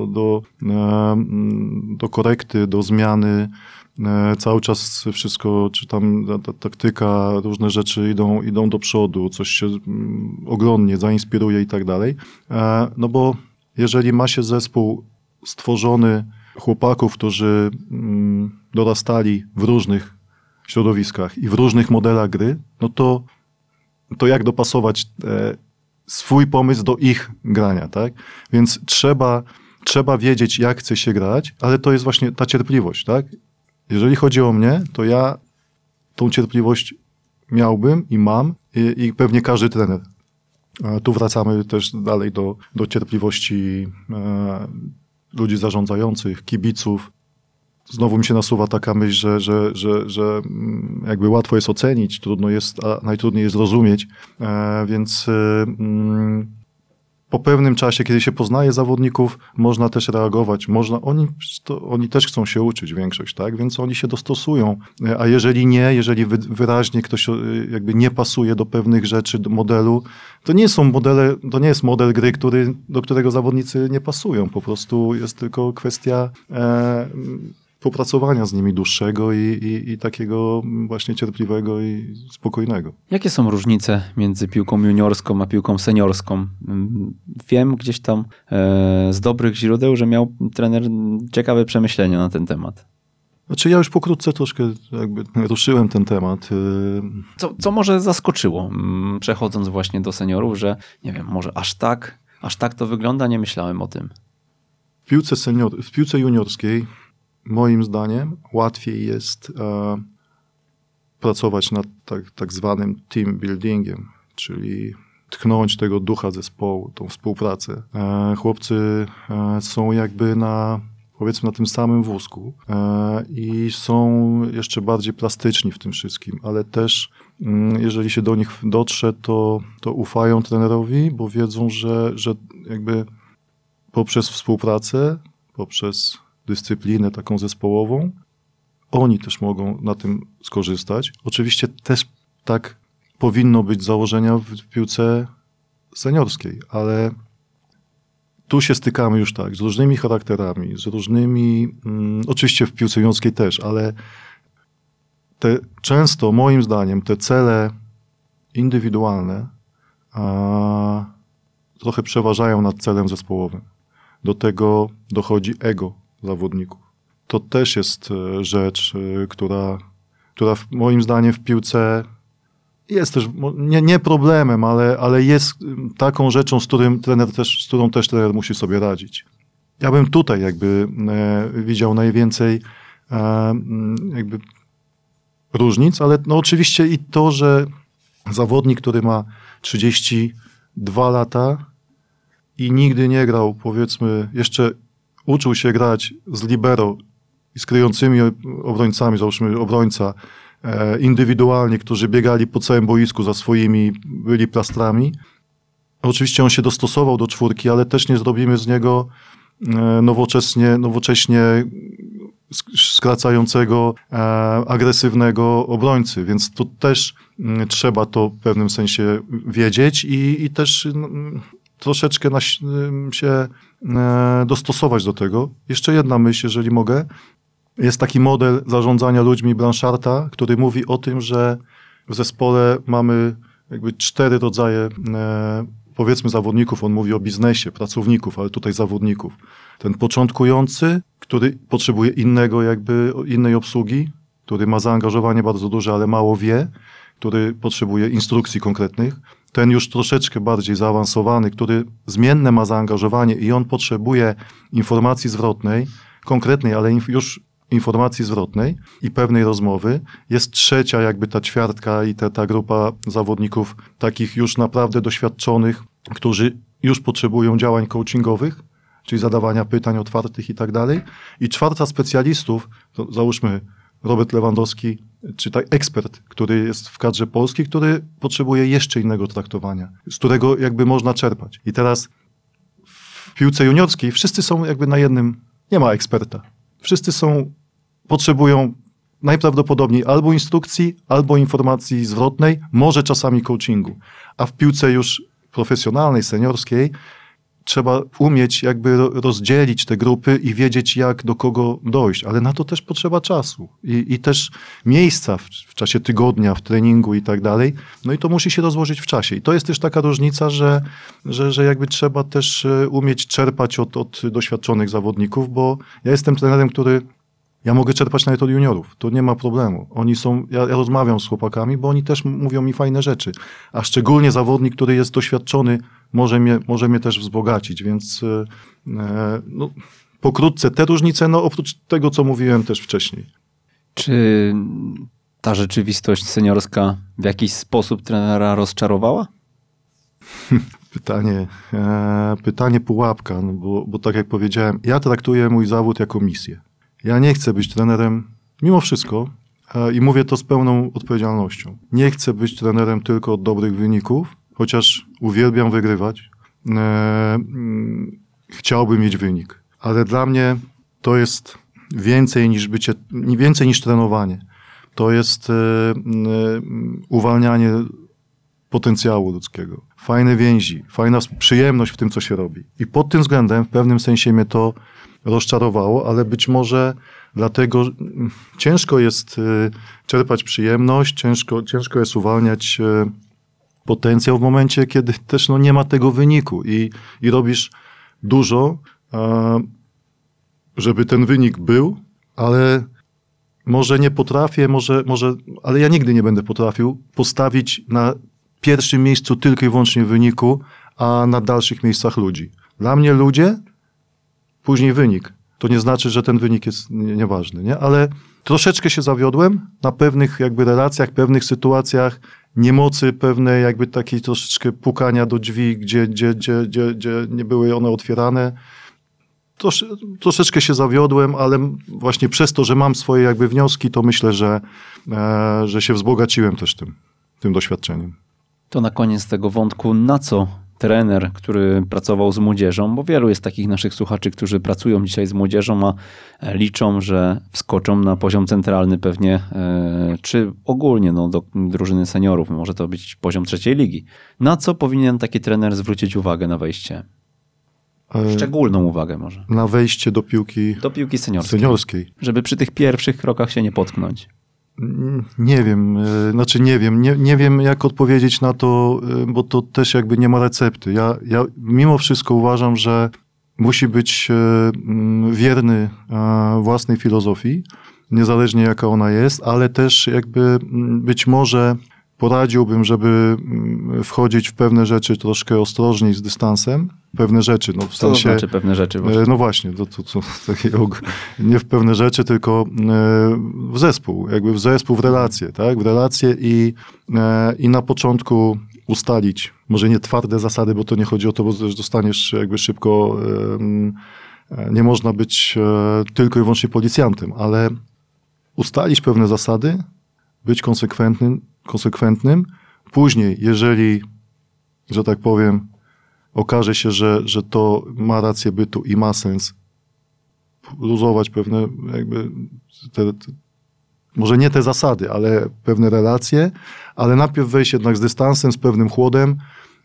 Do korekty, do zmiany. Cały czas wszystko, czy tam ta taktyka, różne rzeczy idą do przodu, coś się oglądnie zainspiruje i tak dalej. No bo jeżeli ma się zespół stworzony chłopaków, którzy dorastali w różnych środowiskach i w różnych modelach gry, no to jak dopasować swój pomysł do ich grania, tak? Więc trzeba wiedzieć, jak chce się grać, ale to jest właśnie ta cierpliwość, tak? Jeżeli chodzi o mnie, to ja tą cierpliwość miałbym i mam i pewnie każdy trener. Tu wracamy też dalej do cierpliwości ludzi zarządzających, kibiców. Znowu mi się nasuwa taka myśl, że jakby łatwo jest ocenić, trudno jest, a najtrudniej jest zrozumieć, więc po pewnym czasie, kiedy się poznaje zawodników, można też reagować. Oni też chcą się uczyć, większość, tak? Więc oni się dostosują. A jeżeli wyraźnie ktoś jakby nie pasuje do pewnych rzeczy, do modelu, to nie jest model gry, do którego zawodnicy nie pasują. Po prostu jest tylko kwestia popracowania z nimi dłuższego i takiego właśnie cierpliwego i spokojnego. Jakie są różnice między piłką juniorską a piłką seniorską? Wiem gdzieś tam z dobrych źródeł, że miał trener ciekawe przemyślenia na ten temat. Znaczy ja już pokrótce troszkę jakby ruszyłem ten temat. Co może zaskoczyło, przechodząc właśnie do seniorów, że nie wiem, może aż tak to wygląda? Nie myślałem o tym. W piłce juniorskiej moim zdaniem łatwiej jest pracować nad tak zwanym team buildingiem, czyli tchnąć tego ducha zespołu, tą współpracę. Chłopcy są jakby powiedzmy na tym samym wózku i są jeszcze bardziej plastyczni w tym wszystkim, ale też jeżeli się do nich dotrze, to ufają trenerowi, bo wiedzą, że jakby poprzez współpracę, poprzez dyscyplinę taką zespołową, oni też mogą na tym skorzystać. Oczywiście też tak powinno być z założenia w piłce seniorskiej, ale tu się stykamy już tak z różnymi charakterami, z różnymi, oczywiście w piłce juniorskiej też, ale często moim zdaniem te cele indywidualne trochę przeważają nad celem zespołowym. Do tego dochodzi ego zawodników. To też jest rzecz, która moim zdaniem w piłce jest też nie problemem, ale jest taką rzeczą, z którą też trener musi sobie radzić. Ja bym tutaj jakby widział najwięcej jakby różnic, ale no oczywiście i to, że zawodnik, który ma 32 lata i nigdy nie grał, powiedzmy, jeszcze uczył się grać z libero i z kryjącymi obrońcami, załóżmy obrońca, indywidualnie, którzy biegali po całym boisku za swoimi, byli plastrami. Oczywiście on się dostosował do czwórki, ale też nie zrobimy z niego nowocześnie skracającego, agresywnego obrońcy, więc tu też trzeba to w pewnym sensie wiedzieć i też troszeczkę się dostosować do tego. Jeszcze jedna myśl, jeżeli mogę. Jest taki model zarządzania ludźmi Blancharta, który mówi o tym, że w zespole mamy jakby 4 rodzaje powiedzmy zawodników. On mówi o biznesie, pracowników, ale tutaj zawodników. Ten początkujący, który potrzebuje innej obsługi, który ma zaangażowanie bardzo duże, ale mało wie, który potrzebuje instrukcji konkretnych. Ten już troszeczkę bardziej zaawansowany, który zmienne ma zaangażowanie i on potrzebuje informacji zwrotnej, konkretnej, ale już informacji zwrotnej i pewnej rozmowy. Jest trzecia jakby ta ćwiartka i ta grupa zawodników takich już naprawdę doświadczonych, którzy już potrzebują działań coachingowych, czyli zadawania pytań otwartych i tak dalej. I czwarta specjalistów, to załóżmy Robert Lewandowski, czy tak ekspert, który jest w kadrze polskiej, który potrzebuje jeszcze innego traktowania, z którego jakby można czerpać. I teraz w piłce juniorskiej wszyscy są jakby na jednym, nie ma eksperta. Wszyscy potrzebują najprawdopodobniej albo instrukcji, albo informacji zwrotnej, może czasami coachingu. A w piłce już profesjonalnej, seniorskiej trzeba umieć jakby rozdzielić te grupy i wiedzieć, jak do kogo dojść, ale na to też potrzeba czasu i też miejsca w czasie tygodnia, w treningu i tak dalej. No i to musi się rozłożyć w czasie. I to jest też taka różnica, że jakby trzeba też umieć czerpać od doświadczonych zawodników, bo ja jestem trenerem, ja mogę czerpać nawet od juniorów, to nie ma problemu. Ja rozmawiam z chłopakami, bo oni też mówią mi fajne rzeczy, a szczególnie zawodnik, który jest doświadczony, może mnie też wzbogacić, więc pokrótce te różnice, oprócz tego, co mówiłem też wcześniej. Czy ta rzeczywistość seniorska w jakiś sposób trenera rozczarowała? Pytanie pułapka, no bo tak jak powiedziałem, ja traktuję mój zawód jako misję. Ja nie chcę być trenerem, mimo wszystko, i mówię to z pełną odpowiedzialnością. Nie chcę być trenerem tylko od dobrych wyników, chociaż uwielbiam wygrywać. Chciałbym mieć wynik, ale dla mnie to jest więcej niż trenowanie. To jest uwalnianie potencjału ludzkiego. Fajne więzi, fajna przyjemność w tym, co się robi. I pod tym względem w pewnym sensie mnie to rozczarowało, ale być może dlatego ciężko jest czerpać przyjemność, ciężko jest uwalniać potencjał w momencie, kiedy też nie ma tego wyniku i robisz dużo, żeby ten wynik był, ale może nie potrafię, ale ja nigdy nie będę potrafił postawić na pierwszym miejscu tylko i wyłącznie wyniku, a na dalszych miejscach ludzi. Dla mnie ludzie, później wynik. To nie znaczy, że ten wynik jest nieważny, nie? Ale troszeczkę się zawiodłem na pewnych jakby relacjach, pewnych sytuacjach, niemocy pewnej jakby takiej troszeczkę pukania do drzwi, gdzie nie były one otwierane. Troszeczkę się zawiodłem, ale właśnie przez to, że mam swoje jakby wnioski, to myślę, że się wzbogaciłem też tym doświadczeniem. To na koniec tego wątku, na co trener, który pracował z młodzieżą, bo wielu jest takich naszych słuchaczy, którzy pracują dzisiaj z młodzieżą, a liczą, że wskoczą na poziom centralny pewnie, czy ogólnie do drużyny seniorów, może to być poziom 3. ligi. Na co powinien taki trener zwrócić uwagę na wejście? Szczególną uwagę może. Na wejście do piłki seniorskiej. Żeby przy tych pierwszych krokach się nie potknąć. Nie wiem jak odpowiedzieć na to, bo to też jakby nie ma recepty. Ja mimo wszystko uważam, że musi być wierny własnej filozofii, niezależnie jaka ona jest, ale też jakby być może poradziłbym, żeby wchodzić w pewne rzeczy troszkę ostrożniej, z dystansem. Pewne rzeczy, w sensie... To znaczy pewne rzeczy? Właśnie. No właśnie, nie w pewne rzeczy, tylko w zespół, w relacje, tak? W relacje i na początku ustalić, może nie twarde zasady, bo to nie chodzi o to, bo też dostaniesz jakby szybko, nie można być tylko i wyłącznie policjantem, ale ustalić pewne zasady, być konsekwentnym. Później, jeżeli, że tak powiem, okaże się, że to ma rację bytu i ma sens, luzować pewne jakby może nie te zasady, ale pewne relacje, ale najpierw wejść jednak z dystansem, z pewnym chłodem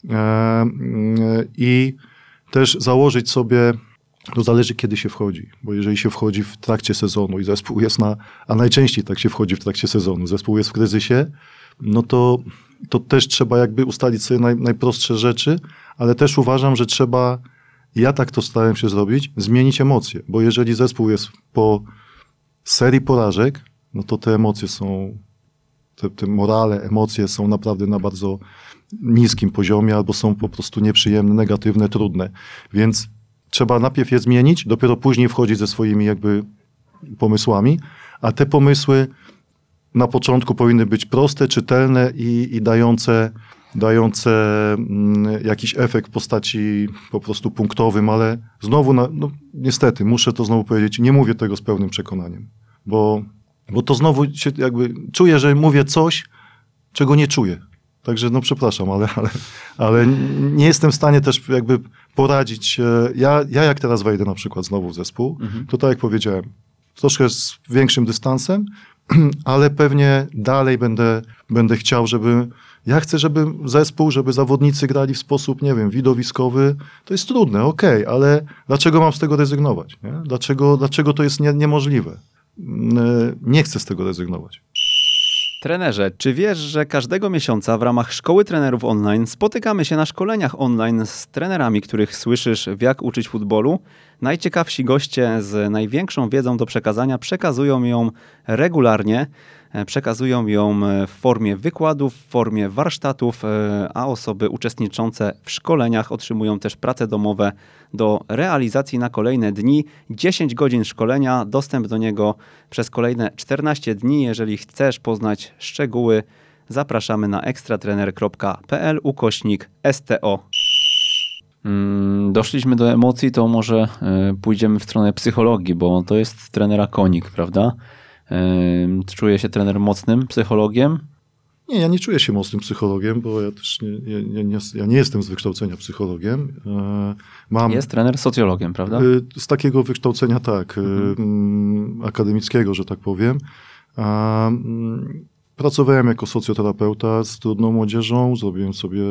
i też założyć sobie, to zależy kiedy się wchodzi, bo jeżeli się wchodzi w trakcie sezonu i zespół jest a najczęściej tak się wchodzi w trakcie sezonu, zespół jest w kryzysie, no to też trzeba jakby ustalić sobie najprostsze rzeczy, ale też uważam, że trzeba, ja tak to starałem się zrobić, zmienić emocje, bo jeżeli zespół jest po serii porażek, no to te emocje są, te morale, emocje są naprawdę na bardzo niskim poziomie albo są po prostu nieprzyjemne, negatywne, trudne, więc trzeba najpierw je zmienić, dopiero później wchodzić ze swoimi jakby pomysłami, a te pomysły na początku powinny być proste, czytelne i dające jakiś efekt w postaci po prostu punktowym, ale znowu, niestety, muszę to znowu powiedzieć, nie mówię tego z pełnym przekonaniem, bo to znowu się jakby czuję, że mówię coś, czego nie czuję. Także przepraszam, ale nie jestem w stanie też jakby poradzić. Ja jak teraz wejdę na przykład znowu w zespół, to tak jak powiedziałem, troszkę z większym dystansem, ale pewnie dalej będę chciał, ja chcę, żeby zespół, żeby zawodnicy grali w sposób, nie wiem, widowiskowy. To jest trudne, okej, ale dlaczego mam z tego rezygnować? Nie? Dlaczego to jest niemożliwe? Nie chcę z tego rezygnować. Trenerze, czy wiesz, że każdego miesiąca w ramach Szkoły Trenerów Online spotykamy się na szkoleniach online z trenerami, których słyszysz w Jak uczyć futbolu? Najciekawsi goście z największą wiedzą do przekazania przekazują ją regularnie. Przekazują ją w formie wykładów, w formie warsztatów, a osoby uczestniczące w szkoleniach otrzymują też prace domowe do realizacji na kolejne dni. 10 godzin szkolenia, dostęp do niego przez kolejne 14 dni. Jeżeli chcesz poznać szczegóły, zapraszamy na ekstratrener.pl/STO. Doszliśmy do emocji, to może pójdziemy w stronę psychologii, bo to jest trenera konik, prawda? Czuje się trener mocnym psychologiem? Nie, ja nie czuję się mocnym psychologiem, bo ja też nie jestem z wykształcenia psychologiem. Jest trener socjologiem, prawda? Z takiego wykształcenia tak, akademickiego, że tak powiem. Pracowałem jako socjoterapeuta z trudną młodzieżą, zrobiłem sobie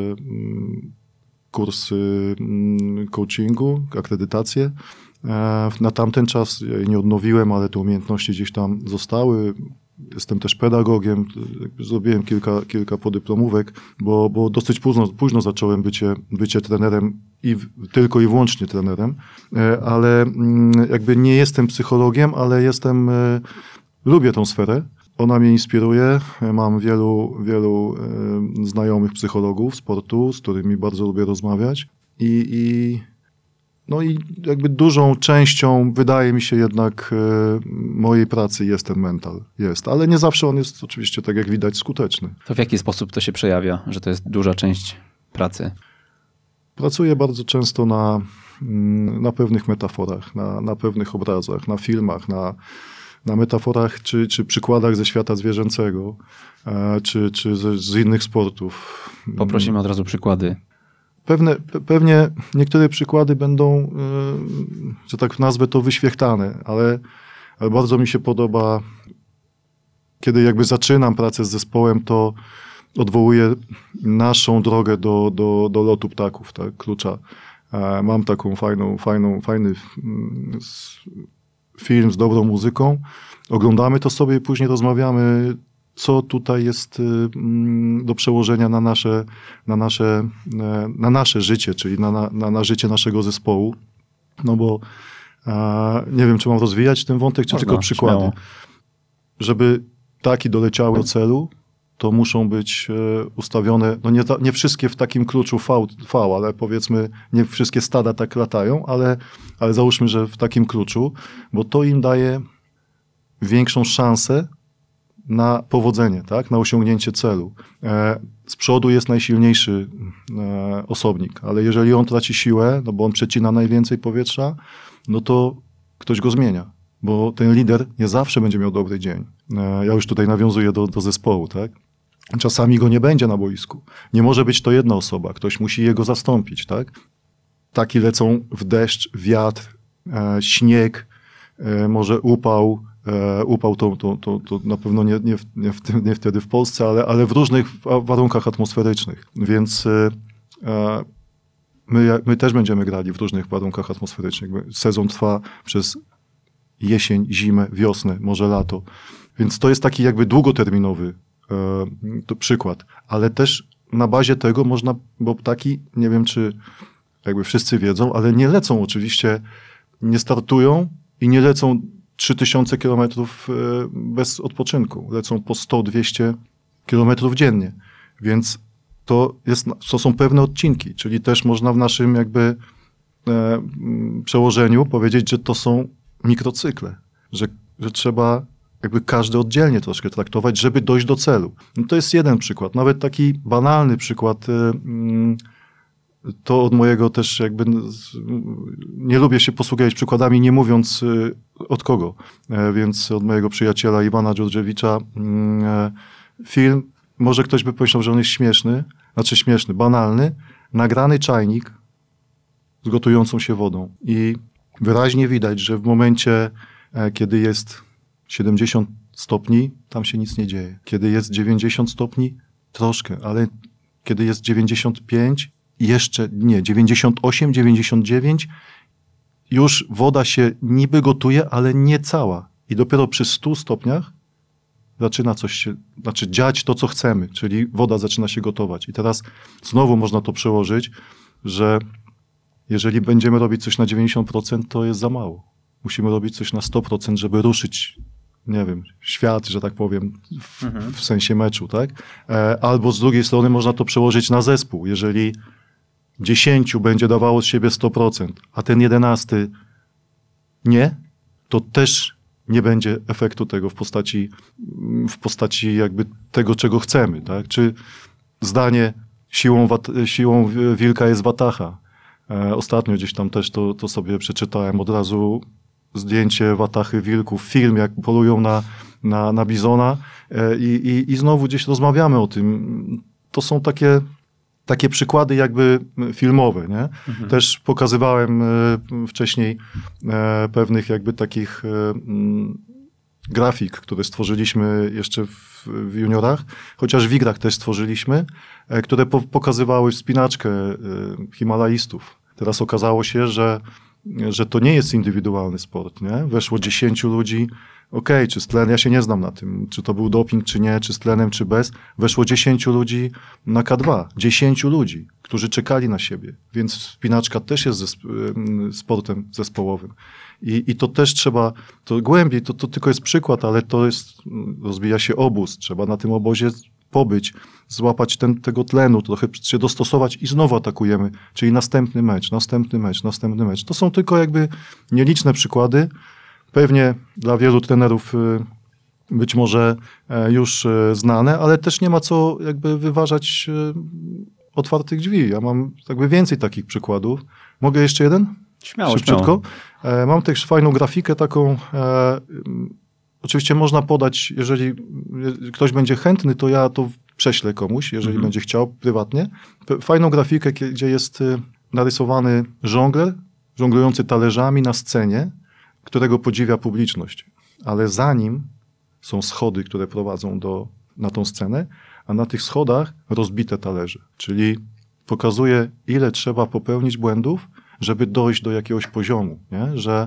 kursy coachingu, akredytację. Na tamten czas ja jej nie odnowiłem, ale te umiejętności gdzieś tam zostały. Jestem też pedagogiem, zrobiłem kilka podyplomówek, bo dosyć późno zacząłem bycie trenerem tylko i wyłącznie trenerem, ale jakby nie jestem psychologiem, ale lubię tą sferę. Ona mnie inspiruje. Mam wielu znajomych psychologów sportu, z którymi bardzo lubię rozmawiać i jakby dużą częścią, wydaje mi się jednak, mojej pracy jest ten mental. Ale nie zawsze on jest oczywiście, tak jak widać, skuteczny. To w jaki sposób to się przejawia, że to jest duża część pracy? Pracuję bardzo często na pewnych metaforach, na pewnych obrazach, na filmach, na metaforach czy przykładach ze świata zwierzęcego, czy z innych sportów. Poprosimy od razu przykłady. Pewnie niektóre przykłady będą, że tak nazwę to, wyświechtane, ale bardzo mi się podoba, kiedy jakby zaczynam pracę z zespołem, to odwołuję naszą drogę do lotu ptaków, tak, Klucza. Mam taką fajny film z dobrą muzyką. Oglądamy to sobie i później rozmawiamy, co tutaj jest do przełożenia na nasze życie, czyli na życie naszego zespołu. No bo nie wiem, czy mam rozwijać ten wątek, czy tylko przykłady. Śmiało. Żeby ptaki doleciały do celu, to muszą być ustawione, no nie wszystkie w takim kluczu V, ale powiedzmy, nie wszystkie stada tak latają, ale załóżmy, że w takim kluczu, bo to im daje większą szansę na powodzenie, tak? Na osiągnięcie celu. Z przodu jest najsilniejszy osobnik, ale jeżeli on traci siłę, no bo on przecina najwięcej powietrza, no to ktoś go zmienia, bo ten lider nie zawsze będzie miał dobry dzień. Ja już tutaj nawiązuję do zespołu, tak? Czasami go nie będzie na boisku. Nie może być to jedna osoba, ktoś musi jego zastąpić, tak? Ptaki lecą w deszcz, wiatr, śnieg, może upał. Upał to na pewno nie wtedy w Polsce, ale w różnych warunkach atmosferycznych. Więc my też będziemy grali w różnych warunkach atmosferycznych. Sezon trwa przez jesień, zimę, wiosnę, może lato. Więc to jest taki jakby długoterminowy przykład. Ale też na bazie tego można, bo ptaki, nie wiem czy jakby wszyscy wiedzą, ale nie lecą oczywiście, nie startują i nie lecą 3000 kilometrów bez odpoczynku. Lecą po 100-200 kilometrów dziennie. Więc to są pewne odcinki, czyli też można w naszym jakby przełożeniu powiedzieć, że to są mikrocykle, że trzeba jakby każdy oddzielnie troszkę traktować, żeby dojść do celu. No to jest jeden przykład. Nawet taki banalny przykład, to od mojego też jakby, nie lubię się posługiwać przykładami, nie mówiąc od kogo, więc od mojego przyjaciela Iwana Dżurdżewicza film, może ktoś by pomyślał, że on jest śmieszny, banalny, nagrany czajnik z gotującą się wodą i wyraźnie widać, że w momencie, kiedy jest 70 stopni, tam się nic nie dzieje. Kiedy jest 90 stopni, troszkę, ale kiedy jest 95, jeszcze nie, 98, 99, już woda się niby gotuje, ale nie cała. I dopiero przy 100 stopniach zaczyna dziać to, co chcemy, czyli woda zaczyna się gotować. I teraz znowu można to przełożyć, że Jeżeli będziemy robić coś na 90%, to jest za mało. Musimy robić coś na 100%, żeby ruszyć, nie wiem, świat, że tak powiem, w sensie meczu, tak? Albo z drugiej strony można to przełożyć na zespół. Jeżeli 10 będzie dawało z siebie 100%, a ten 11 nie, to też nie będzie efektu tego w postaci jakby tego, czego chcemy, tak? Czy zdanie siłą wilka jest wataha. Ostatnio gdzieś tam też to sobie przeczytałem. Od razu zdjęcie watachy wilków, film, jak polują na bizona i znowu gdzieś rozmawiamy o tym. To są takie przykłady jakby filmowe, nie? Też pokazywałem wcześniej pewnych jakby takich grafik, które stworzyliśmy jeszcze w juniorach, chociaż w igrach też stworzyliśmy, które pokazywały wspinaczkę Himalajstów. Teraz okazało się, że to nie jest indywidualny sport, nie? Weszło 10 ludzi, okej, czy z tlenem, ja się nie znam na tym, czy to był doping, czy nie, czy z tlenem, czy bez. Weszło 10 ludzi na K2, 10 ludzi, którzy czekali na siebie, więc wspinaczka też jest sportem zespołowym. I to też trzeba, to głębiej, to tylko jest przykład, ale to jest, rozwija się obóz, trzeba na tym obozie pobyć, złapać tego tlenu, trochę się dostosować i znowu atakujemy, czyli następny mecz. To są tylko jakby nieliczne przykłady. Pewnie dla wielu trenerów być może już znane, ale też nie ma co jakby wyważać otwartych drzwi. Ja mam jakby więcej takich przykładów. Mogę jeszcze jeden? Śmiało. Szybciutko. Mam też fajną grafikę taką. Oczywiście można podać, jeżeli ktoś będzie chętny, to ja to prześlę komuś, jeżeli będzie chciał prywatnie. Fajną grafikę, gdzie jest narysowany żongler, żonglujący talerzami na scenie, którego podziwia publiczność. Ale za nim są schody, które prowadzą na tą scenę, a na tych schodach rozbite talerze. Czyli pokazuje, ile trzeba popełnić błędów, żeby dojść do jakiegoś poziomu. Nie?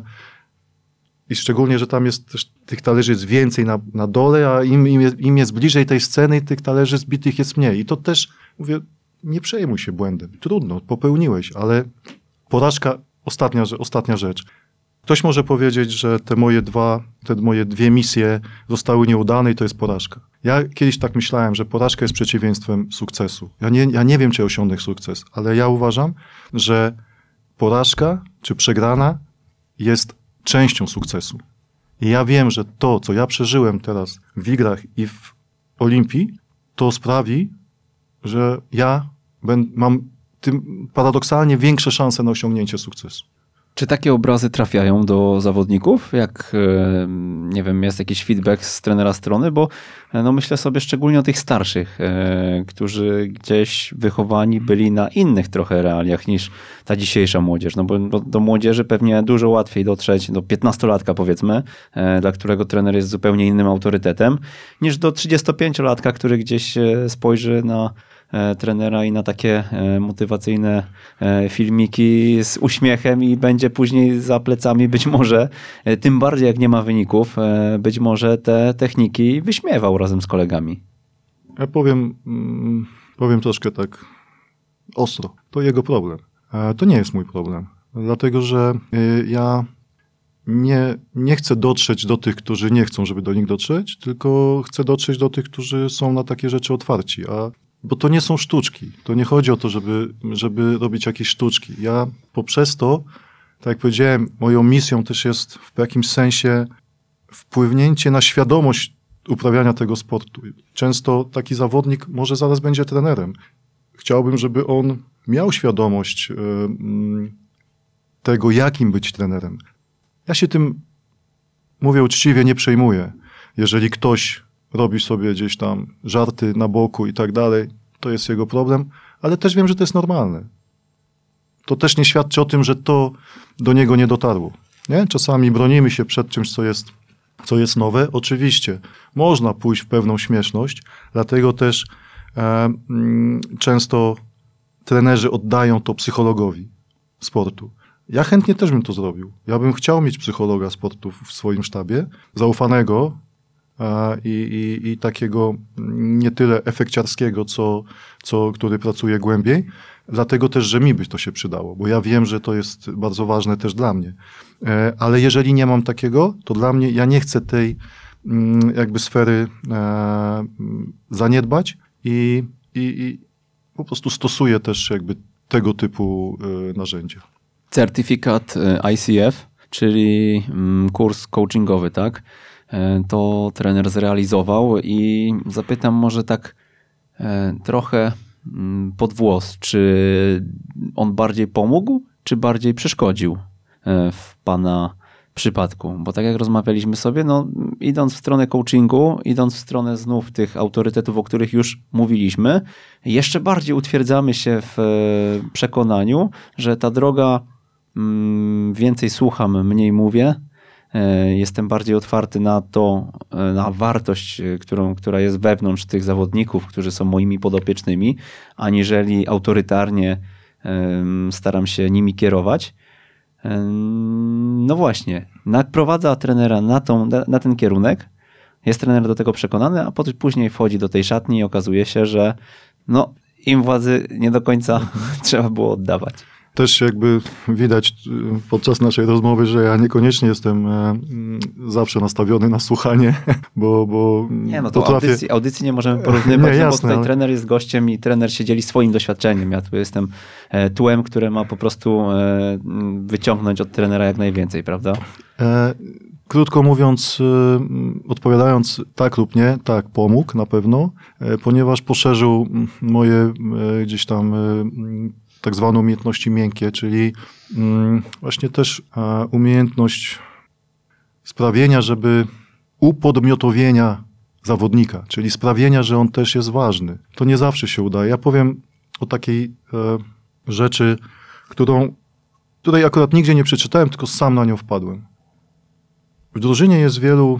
I szczególnie, że tam jest też tych talerzy jest więcej na dole, a im jest bliżej tej sceny, tych talerzy zbitych jest mniej. I to też, mówię, nie przejmuj się błędem. Trudno, popełniłeś, ale porażka, ostatnia rzecz. Ktoś może powiedzieć, że te moje dwie misje zostały nieudane i to jest porażka. Ja kiedyś tak myślałem, że porażka jest przeciwieństwem sukcesu. Ja nie wiem, czy osiągnę sukces, ale ja uważam, że porażka czy przegrana jest częścią sukcesu. I ja wiem, że to, co ja przeżyłem teraz w igrach i w Olimpii, to sprawi, że ja mam tym paradoksalnie większe szanse na osiągnięcie sukcesu. Czy takie obrazy trafiają do zawodników? Jak, nie wiem, jest jakiś feedback z trenera strony? Bo no myślę sobie szczególnie o tych starszych, którzy gdzieś wychowani byli na innych trochę realiach niż ta dzisiejsza młodzież. No bo do młodzieży pewnie dużo łatwiej dotrzeć, do 15-latka powiedzmy, dla którego trener jest zupełnie innym autorytetem, niż do 35-latka, który gdzieś spojrzy na trenera i na takie motywacyjne filmiki z uśmiechem i będzie później za plecami być może, tym bardziej jak nie ma wyników, być może te techniki wyśmiewał razem z kolegami. Ja powiem troszkę tak ostro. To jego problem. To nie jest mój problem. Dlatego, że ja nie chcę dotrzeć do tych, którzy nie chcą, żeby do nich dotrzeć, tylko chcę dotrzeć do tych, którzy są na takie rzeczy otwarci. Bo to nie są sztuczki. To nie chodzi o to, żeby robić jakieś sztuczki. Ja poprzez to, tak jak powiedziałem, moją misją też jest w jakimś sensie wpływnięcie na świadomość uprawiania tego sportu. Często taki zawodnik może zaraz będzie trenerem. Chciałbym, żeby on miał świadomość tego, jakim być trenerem. Ja się tym, mówię uczciwie, nie przejmuję. Jeżeli ktoś robi sobie gdzieś tam żarty na boku i tak dalej, to jest jego problem, ale też wiem, że to jest normalne. To też nie świadczy o tym, że to do niego nie dotarło. Nie? Czasami bronimy się przed czymś, co jest nowe. Oczywiście można pójść w pewną śmieszność, dlatego też często trenerzy oddają to psychologowi sportu. Ja chętnie też bym to zrobił. Ja bym chciał mieć psychologa sportu w swoim sztabie, zaufanego, i takiego nie tyle efekciarskiego, który pracuje głębiej. Dlatego też, że mi by to się przydało, bo ja wiem, że to jest bardzo ważne też dla mnie. Ale jeżeli nie mam takiego, to dla mnie, ja nie chcę tej jakby sfery zaniedbać i po prostu stosuję też jakby tego typu narzędzia. Certyfikat ICF, czyli kurs coachingowy, tak? To trener zrealizował i zapytam może tak trochę pod włos, czy on bardziej pomógł, czy bardziej przeszkodził w pana przypadku? Bo tak jak rozmawialiśmy sobie, no idąc w stronę coachingu, idąc w stronę znów tych autorytetów, o których już mówiliśmy, jeszcze bardziej utwierdzamy się w przekonaniu, że ta droga więcej słucham, mniej mówię, jestem bardziej otwarty na to, na wartość, która jest wewnątrz tych zawodników, którzy są moimi podopiecznymi, aniżeli autorytarnie staram się nimi kierować. No właśnie, naprowadza trenera na ten kierunek, jest trener do tego przekonany, a później wchodzi do tej szatni i okazuje się, że no, im władzy nie do końca trzeba było oddawać. Też jakby widać podczas naszej rozmowy, że ja niekoniecznie jestem zawsze nastawiony na słuchanie, bo nie, no to potrafię... audycji nie możemy porównywać, bo tutaj trener jest gościem i trener się dzieli swoim doświadczeniem. Ja tu jestem tłem, które ma po prostu wyciągnąć od trenera jak najwięcej, prawda? Krótko mówiąc, odpowiadając tak lub nie, tak, pomógł na pewno, ponieważ poszerzył moje gdzieś tam tak zwane umiejętności miękkie, czyli właśnie też umiejętność sprawienia, żeby upodmiotowienia zawodnika, czyli sprawienia, że on też jest ważny. To nie zawsze się udaje. Ja powiem o takiej rzeczy, której akurat nigdzie nie przeczytałem, tylko sam na nią wpadłem. W drużynie jest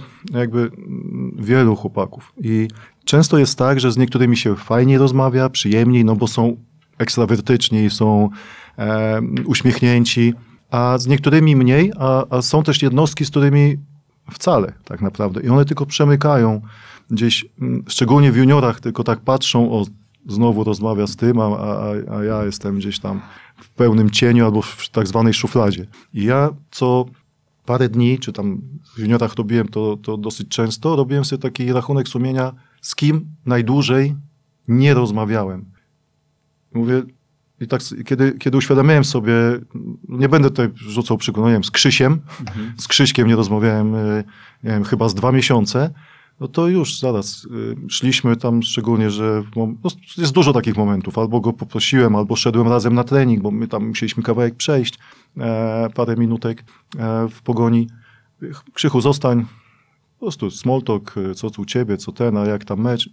wielu chłopaków i często jest tak, że z niektórymi się fajniej rozmawia, przyjemniej, no bo są ekstrawertyczni, są uśmiechnięci, a z niektórymi mniej, a są też jednostki, z którymi wcale tak naprawdę. I one tylko przemykają gdzieś, szczególnie w juniorach, tylko tak patrzą, znowu rozmawia z tym, a ja jestem gdzieś tam w pełnym cieniu albo w tak zwanej szufladzie. I ja co parę dni, czy tam w juniorach robiłem to dosyć często, robiłem sobie taki rachunek sumienia, z kim najdłużej nie rozmawiałem. Mówię, i tak kiedy uświadamiałem sobie, nie będę tutaj rzucał przykładem, z Krzysiem, z Krzyśkiem nie rozmawiałem, nie wiem, chyba z 2 miesiące, no to już zaraz szliśmy tam, szczególnie, że jest dużo takich momentów, albo go poprosiłem, albo szedłem razem na trening, bo my tam musieliśmy kawałek przejść, parę minutek w pogoni. Krzychu, zostań, po prostu small talk, co tu u ciebie, co ten, a jak tam mecz.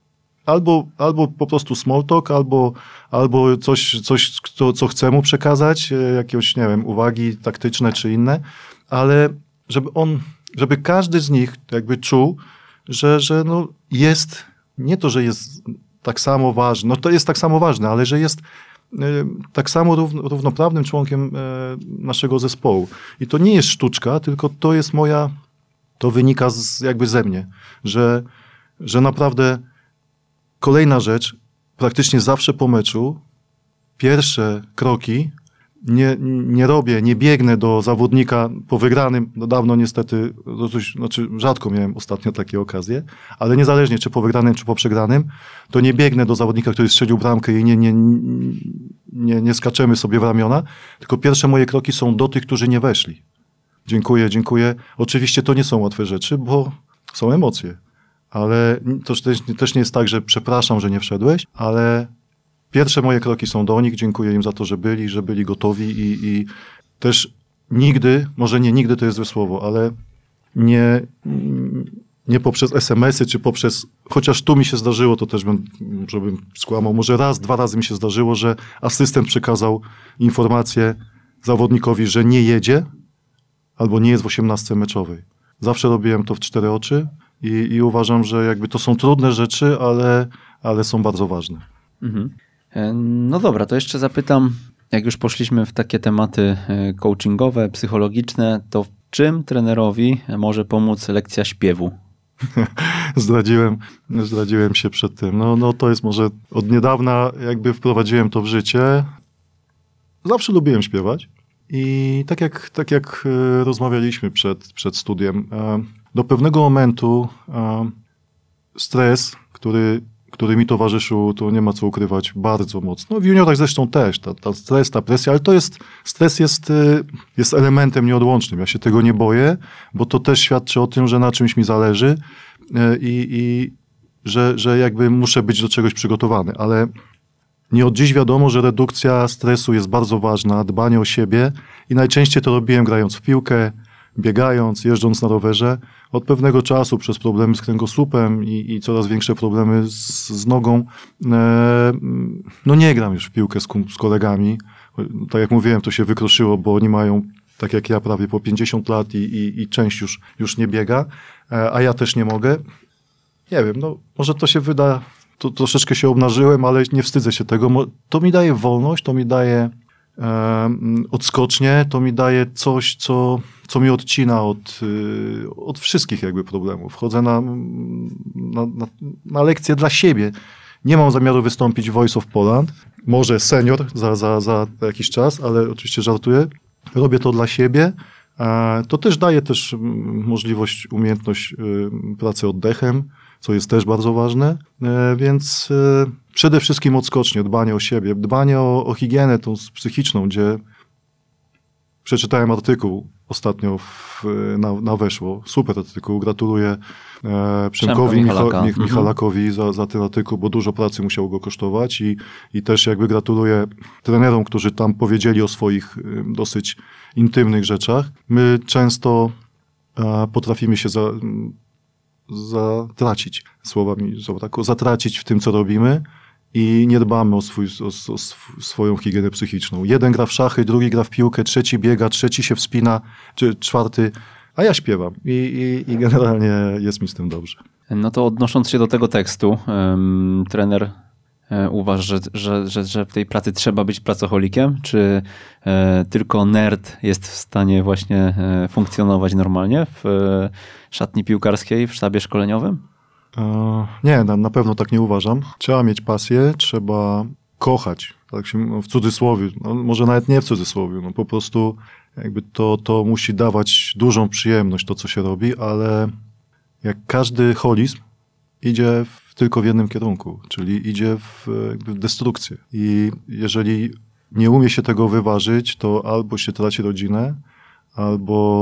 Albo po prostu small talk, albo coś co chcę mu przekazać, jakieś, nie wiem, uwagi taktyczne czy inne, ale żeby każdy z nich jakby czuł, że no jest, nie to, że jest tak samo ważny, no to jest tak samo ważne, ale że jest tak samo równoprawnym członkiem naszego zespołu. I to nie jest sztuczka, tylko to wynika jakby ze mnie, że naprawdę kolejna rzecz, praktycznie zawsze po meczu, pierwsze kroki nie biegnę do zawodnika po wygranym, no dawno niestety, rzadko miałem ostatnio takie okazje, ale niezależnie czy po wygranym, czy po przegranym, to nie biegnę do zawodnika, który strzelił bramkę i nie skaczemy sobie w ramiona, tylko pierwsze moje kroki są do tych, którzy nie weszli. Dziękuję. Oczywiście to nie są łatwe rzeczy, bo są emocje. Ale to też nie jest tak, że przepraszam, że nie wszedłeś, ale pierwsze moje kroki są do nich, dziękuję im za to, że byli gotowi i też nigdy, może nie nigdy to jest złe słowo, ale nie poprzez SMS-y, czy chociaż tu mi się zdarzyło, to też żebym skłamał, może raz, 2 razy mi się zdarzyło, że asystent przekazał informację zawodnikowi, że nie jedzie albo nie jest w 18 meczowej. Zawsze robiłem to w 4 oczy. I uważam, że jakby to są trudne rzeczy, ale są bardzo ważne. Mhm. No dobra, to jeszcze zapytam, jak już poszliśmy w takie tematy coachingowe, psychologiczne, to w czym trenerowi może pomóc lekcja śpiewu Zdradziłem się przed tym. No to jest może od niedawna jakby wprowadziłem to w życie. Zawsze lubiłem śpiewać i tak jak rozmawialiśmy przed studiem, do pewnego momentu stres, który mi towarzyszył, to nie ma co ukrywać, bardzo mocno. W juniorach zresztą też, ta stres, ta presja, ale stres jest elementem nieodłącznym. Ja się tego nie boję, bo to też świadczy o tym, że na czymś mi zależy i że jakby muszę być do czegoś przygotowany, ale nie od dziś wiadomo, że redukcja stresu jest bardzo ważna, dbanie o siebie i najczęściej to robiłem grając w piłkę, biegając, jeżdżąc na rowerze. Od pewnego czasu przez problemy z kręgosłupem i coraz większe problemy z nogą, no nie gram już w piłkę z kolegami. Tak jak mówiłem, to się wykruszyło, bo oni mają, tak jak ja, prawie po 50 lat i część już nie biega, a ja też nie mogę. Nie wiem, no może to się wyda, to troszeczkę się obnażyłem, ale nie wstydzę się tego. To mi daje wolność, to mi daje odskocznie, to mi daje coś, co mnie odcina od wszystkich jakby problemów. Chodzę na lekcje dla siebie. Nie mam zamiaru wystąpić w Voice of Poland. Może senior za jakiś czas, ale oczywiście żartuję. Robię to dla siebie. To też daje możliwość, umiejętność pracy oddechem, co jest też bardzo ważne, więc przede wszystkim odskocznie, dbanie o siebie, dbanie o higienę tą psychiczną, gdzie przeczytałem artykuł ostatnio na Weszło, super artykuł, gratuluję Przemkowi Michalakowi za ten artykuł, bo dużo pracy musiał go kosztować i też jakby gratuluję trenerom, którzy tam powiedzieli o swoich dosyć intymnych rzeczach. My często potrafimy się zatracić, słowami zatracić w tym, co robimy i nie dbamy o swoją higienę psychiczną. Jeden gra w szachy, drugi gra w piłkę, trzeci biega, trzeci się wspina, czy czwarty, a ja śpiewam i generalnie jest mi z tym dobrze. No to odnosząc się do tego tekstu, trener uważa, że w tej pracy trzeba być pracocholikiem? Czy tylko nerd jest w stanie właśnie funkcjonować normalnie w szatni piłkarskiej, w sztabie szkoleniowym? Nie, na pewno tak nie uważam. Trzeba mieć pasję, trzeba kochać, tak się w cudzysłowie, no, może nawet nie w cudzysłowie, no po prostu jakby to musi dawać dużą przyjemność to, co się robi, ale jak każdy holizm idzie tylko w jednym kierunku, czyli idzie w destrukcję. I jeżeli nie umie się tego wyważyć, to albo się traci rodzinę, albo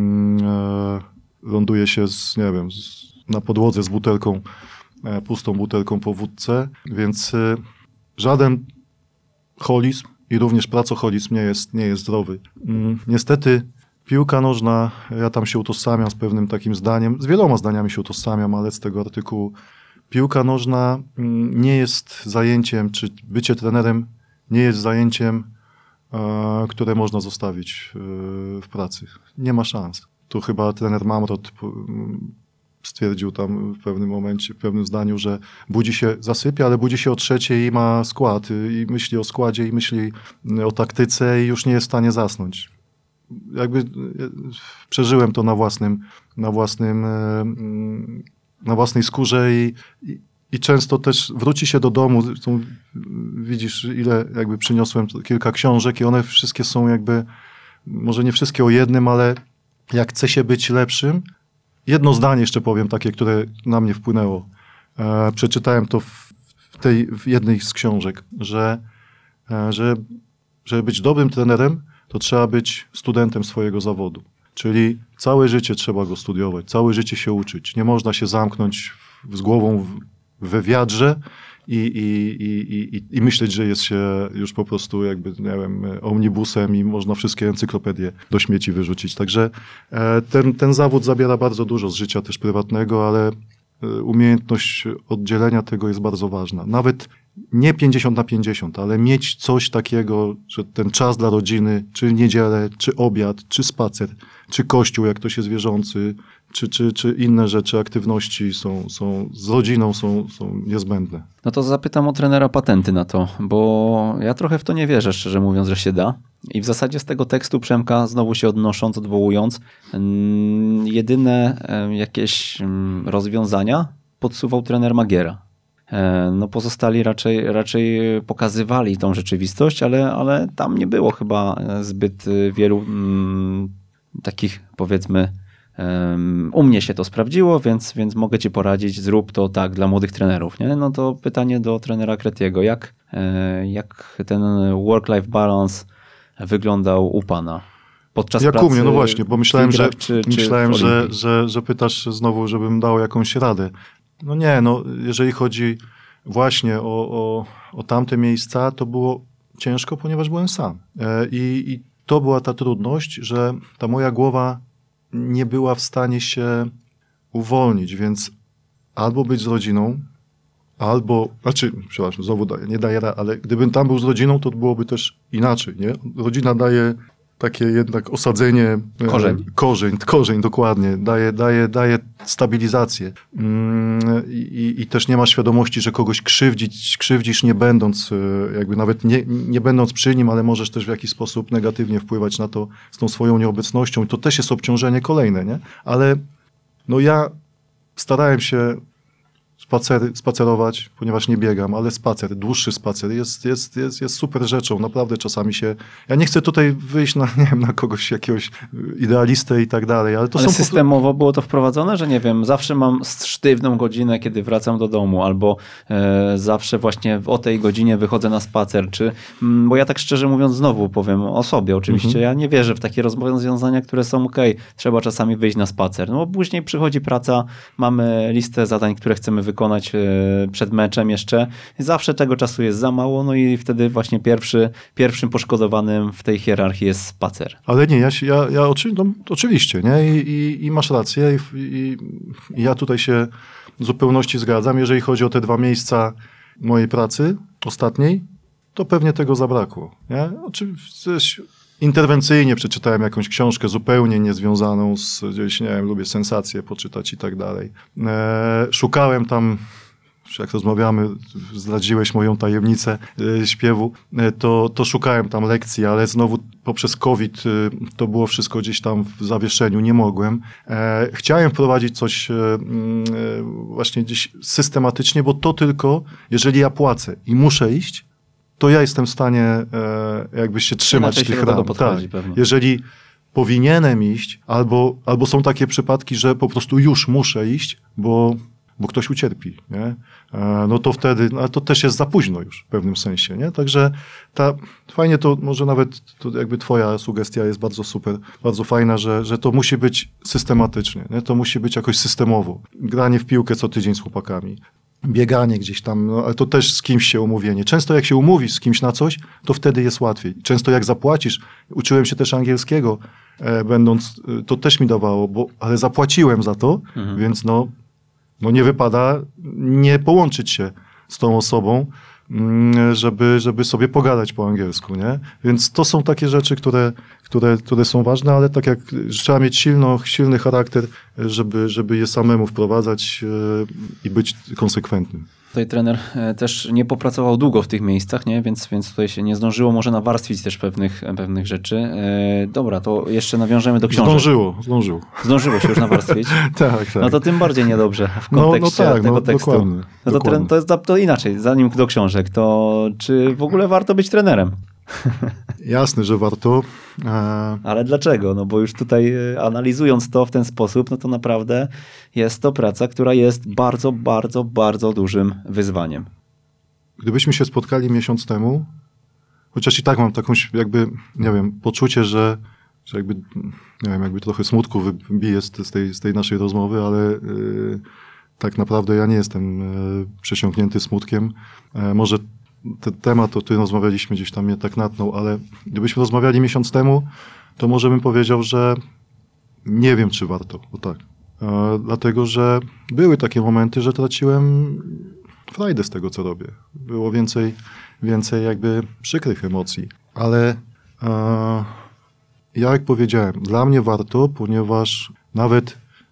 ląduje się na podłodze z butelką, pustą butelką po wódce, więc żaden holizm i również pracoholizm nie jest zdrowy. Niestety piłka nożna, ja tam się utożsamiam z pewnym takim zdaniem, z wieloma zdaniami się utożsamiam, ale z tego artykułu piłka nożna nie jest zajęciem, czy bycie trenerem nie jest zajęciem, które można zostawić w pracy. Nie ma szans. Tu chyba trener Mamrot stwierdził tam w pewnym momencie, w pewnym zdaniu, że zasypia, ale budzi się o 3:00 i ma skład i myśli o składzie i myśli o taktyce i już nie jest w stanie zasnąć. Jakby przeżyłem to na własnej skórze i często też wróci się do domu, zresztą widzisz, ile jakby przyniosłem kilka książek i one wszystkie są jakby, może nie wszystkie o jednym, ale jak chce się być lepszym. Jedno zdanie jeszcze powiem, takie, które na mnie wpłynęło. Przeczytałem to w jednej z książek, że żeby być dobrym trenerem, to trzeba być studentem swojego zawodu. Czyli całe życie trzeba go studiować, całe życie się uczyć. Nie można się zamknąć z głową we wiadrze i myśleć, że jest się już po prostu jakby, nie wiem, omnibusem i można wszystkie encyklopedie do śmieci wyrzucić. Także ten zawód zabiera bardzo dużo z życia też prywatnego, ale umiejętność oddzielenia tego jest bardzo ważna. Nawet nie 50/50, ale mieć coś takiego, że ten czas dla rodziny, czy niedzielę, czy obiad, czy spacer, czy kościół, jak ktoś jest wierzący, czy inne rzeczy, aktywności są z rodziną są niezbędne. No to zapytam o trenera patenty na to, bo ja trochę w to nie wierzę, szczerze mówiąc, że się da. I w zasadzie z tego tekstu Przemka, znowu się odwołując, jedyne jakieś rozwiązania podsuwał trener Magiera. No pozostali raczej pokazywali tą rzeczywistość, ale tam nie było chyba zbyt wielu takich, powiedzmy, u mnie się to sprawdziło, więc mogę ci poradzić, zrób to tak dla młodych trenerów. Nie? No to pytanie do trenera Kretiego. Jak ten work-life balance wyglądał u pana podczas pracy? Jak u mnie, no właśnie, bo myślałem, że pytasz znowu, żebym dał jakąś radę. No nie, jeżeli chodzi właśnie o tamte miejsca, to było ciężko, ponieważ byłem sam. I to była ta trudność, że ta moja głowa nie była w stanie się uwolnić, więc albo być z rodziną, znowu nie daję rady, ale gdybym tam był z rodziną, to byłoby też inaczej, nie? Rodzina daje takie jednak osadzenie, korzeń dokładnie, daje stabilizację i też nie ma świadomości, że kogoś krzywdzisz nie będąc, jakby nawet nie będąc przy nim, ale możesz też w jakiś sposób negatywnie wpływać na to z tą swoją nieobecnością i to też jest obciążenie kolejne, nie? Ale ja starałem się spacerować, ponieważ nie biegam, ale dłuższy spacer jest super rzeczą. Naprawdę czasami się... Ja nie chcę tutaj wyjść na kogoś, jakiegoś idealistę i tak dalej, ale to ale systemowo było to wprowadzone, że nie wiem, zawsze mam sztywną godzinę, kiedy wracam do domu, albo zawsze właśnie o tej godzinie wychodzę na spacer, bo ja tak szczerze mówiąc znowu powiem o sobie oczywiście, ja nie wierzę w takie rozwiązania, które są trzeba czasami wyjść na spacer, no bo później przychodzi praca, mamy listę zadań, które chcemy wykonać przed meczem jeszcze. I zawsze tego czasu jest za mało, no i wtedy właśnie pierwszym poszkodowanym w tej hierarchii jest spacer. Ale nie, oczywiście, nie? I masz rację i ja tutaj się w zupełności zgadzam. Jeżeli chodzi o te 2 miejsca mojej pracy ostatniej, to pewnie tego zabrakło, nie? Oczywiście interwencyjnie przeczytałem jakąś książkę zupełnie niezwiązaną z gdzieś, nie wiem, lubię sensacje poczytać i tak dalej. Szukałem tam, jak rozmawiamy, zdradziłeś moją tajemnicę śpiewu, to szukałem tam lekcji, ale znowu poprzez COVID to było wszystko gdzieś tam w zawieszeniu, nie mogłem. Chciałem wprowadzić coś właśnie gdzieś systematycznie, bo to tylko, jeżeli ja płacę i muszę iść, to ja jestem w stanie jakby się trzymać tych ram. Tak. Jeżeli powinienem iść, albo są takie przypadki, że po prostu już muszę iść, bo ktoś ucierpi, nie? No to wtedy, ale to też jest za późno już w pewnym sensie, nie? Także fajnie to, może nawet to jakby twoja sugestia jest bardzo super, bardzo fajna, że to musi być systematycznie, nie? To musi być jakoś systemowo. Granie w piłkę co tydzień z chłopakami. Bieganie gdzieś tam, ale to też z kimś się umówienie. Często jak się umówisz z kimś na coś, to wtedy jest łatwiej. Często jak zapłacisz, uczyłem się też angielskiego, będąc, to też mi dawało, ale zapłaciłem za to, więc nie wypada nie połączyć się z tą osobą, żeby sobie pogadać po angielsku, nie? Więc to są takie rzeczy, które są ważne, ale tak jak trzeba mieć silny charakter, żeby je samemu wprowadzać i być konsekwentnym. Tutaj trener też nie popracował długo w tych miejscach, nie? Więc tutaj się nie zdążyło może nawarstwić też pewnych rzeczy. Dobra, to jeszcze nawiążemy do książek. Zdążyło się już nawarstwić. Tak. No to tym bardziej niedobrze w kontekście tego tekstu. Dokładnie. To inaczej, zanim do książek, to czy w ogóle warto być trenerem? Jasne, że warto. Ale dlaczego? No bo już tutaj analizując to w ten sposób, no to naprawdę jest to praca, która jest bardzo, bardzo, bardzo dużym wyzwaniem. Gdybyśmy się spotkali miesiąc temu, chociaż i tak mam taką jakby, nie wiem, poczucie, że jakby, nie wiem, jakby trochę smutku wybije z tej naszej rozmowy, ale tak naprawdę ja nie jestem przesiąknięty smutkiem. Może ten temat, o którym rozmawialiśmy, gdzieś tam mnie tak natnął, ale gdybyśmy rozmawiali miesiąc temu, to może bym powiedział, że nie wiem, czy warto, bo tak. Dlatego, że były takie momenty, że traciłem frajdę z tego, co robię. Było więcej jakby przykrych emocji. Ale ja, jak powiedziałem, dla mnie warto, ponieważ nawet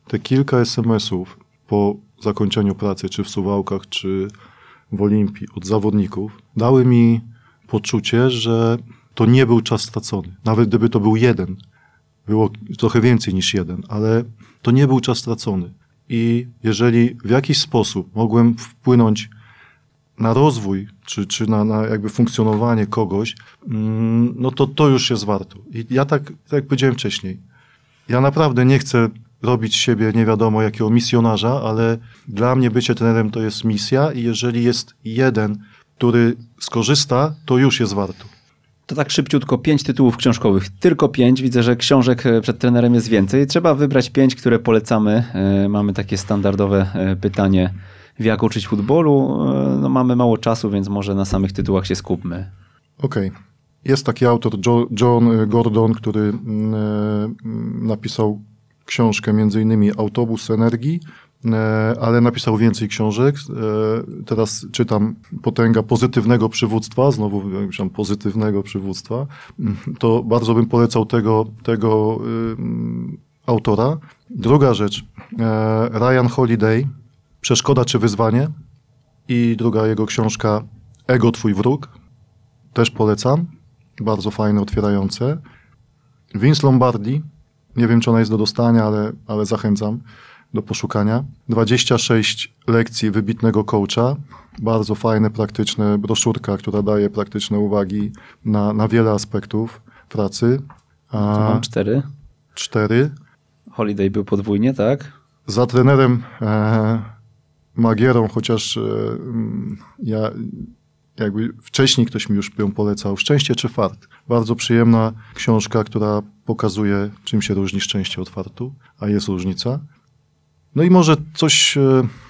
te kilka SMS-ów po zakończeniu pracy, czy w Suwałkach, czy w Olimpii od zawodników, dały mi poczucie, że to nie był czas stracony. Nawet gdyby to był jeden, było trochę więcej niż jeden, ale to nie był czas stracony. I jeżeli w jakiś sposób mogłem wpłynąć na rozwój, czy na jakby funkcjonowanie kogoś, no to już jest warto. I ja tak jak powiedziałem wcześniej, ja naprawdę nie chcę robić z siebie nie wiadomo jakiego misjonarza, ale dla mnie bycie trenerem to jest misja i jeżeli jest jeden, który skorzysta, to już jest warto. To tak szybciutko, 5 tytułów książkowych. Tylko 5. Widzę, że książek przed trenerem jest więcej. Trzeba wybrać 5, które polecamy. Mamy takie standardowe pytanie, jak uczyć futbolu. No, mamy mało czasu, więc może na samych tytułach się skupmy. Okej. Jest taki autor, John Gordon, który napisał książkę między innymi Autobus Energii, ale napisał więcej książek. Teraz czytam Potęga pozytywnego przywództwa, znowu pozytywnego przywództwa. To bardzo bym polecał tego autora. Druga rzecz, Ryan Holiday, Przeszkoda czy wyzwanie i druga jego książka Ego, twój wróg. Też polecam. Bardzo fajne, otwierające. Vince Lombardi, nie wiem czy ona jest do dostania, ale zachęcam do poszukania. 26 lekcji wybitnego coacha. Bardzo fajne, praktyczne broszurka, która daje praktyczne uwagi na wiele aspektów pracy. Mam 4. 4. Holiday był podwójnie, tak? Za trenerem Magierą, chociaż ja jakby wcześniej ktoś mi już ją polecał. Szczęście czy fart? Bardzo przyjemna książka, która pokazuje, czym się różni szczęście od fartu, a jest różnica. No i może coś,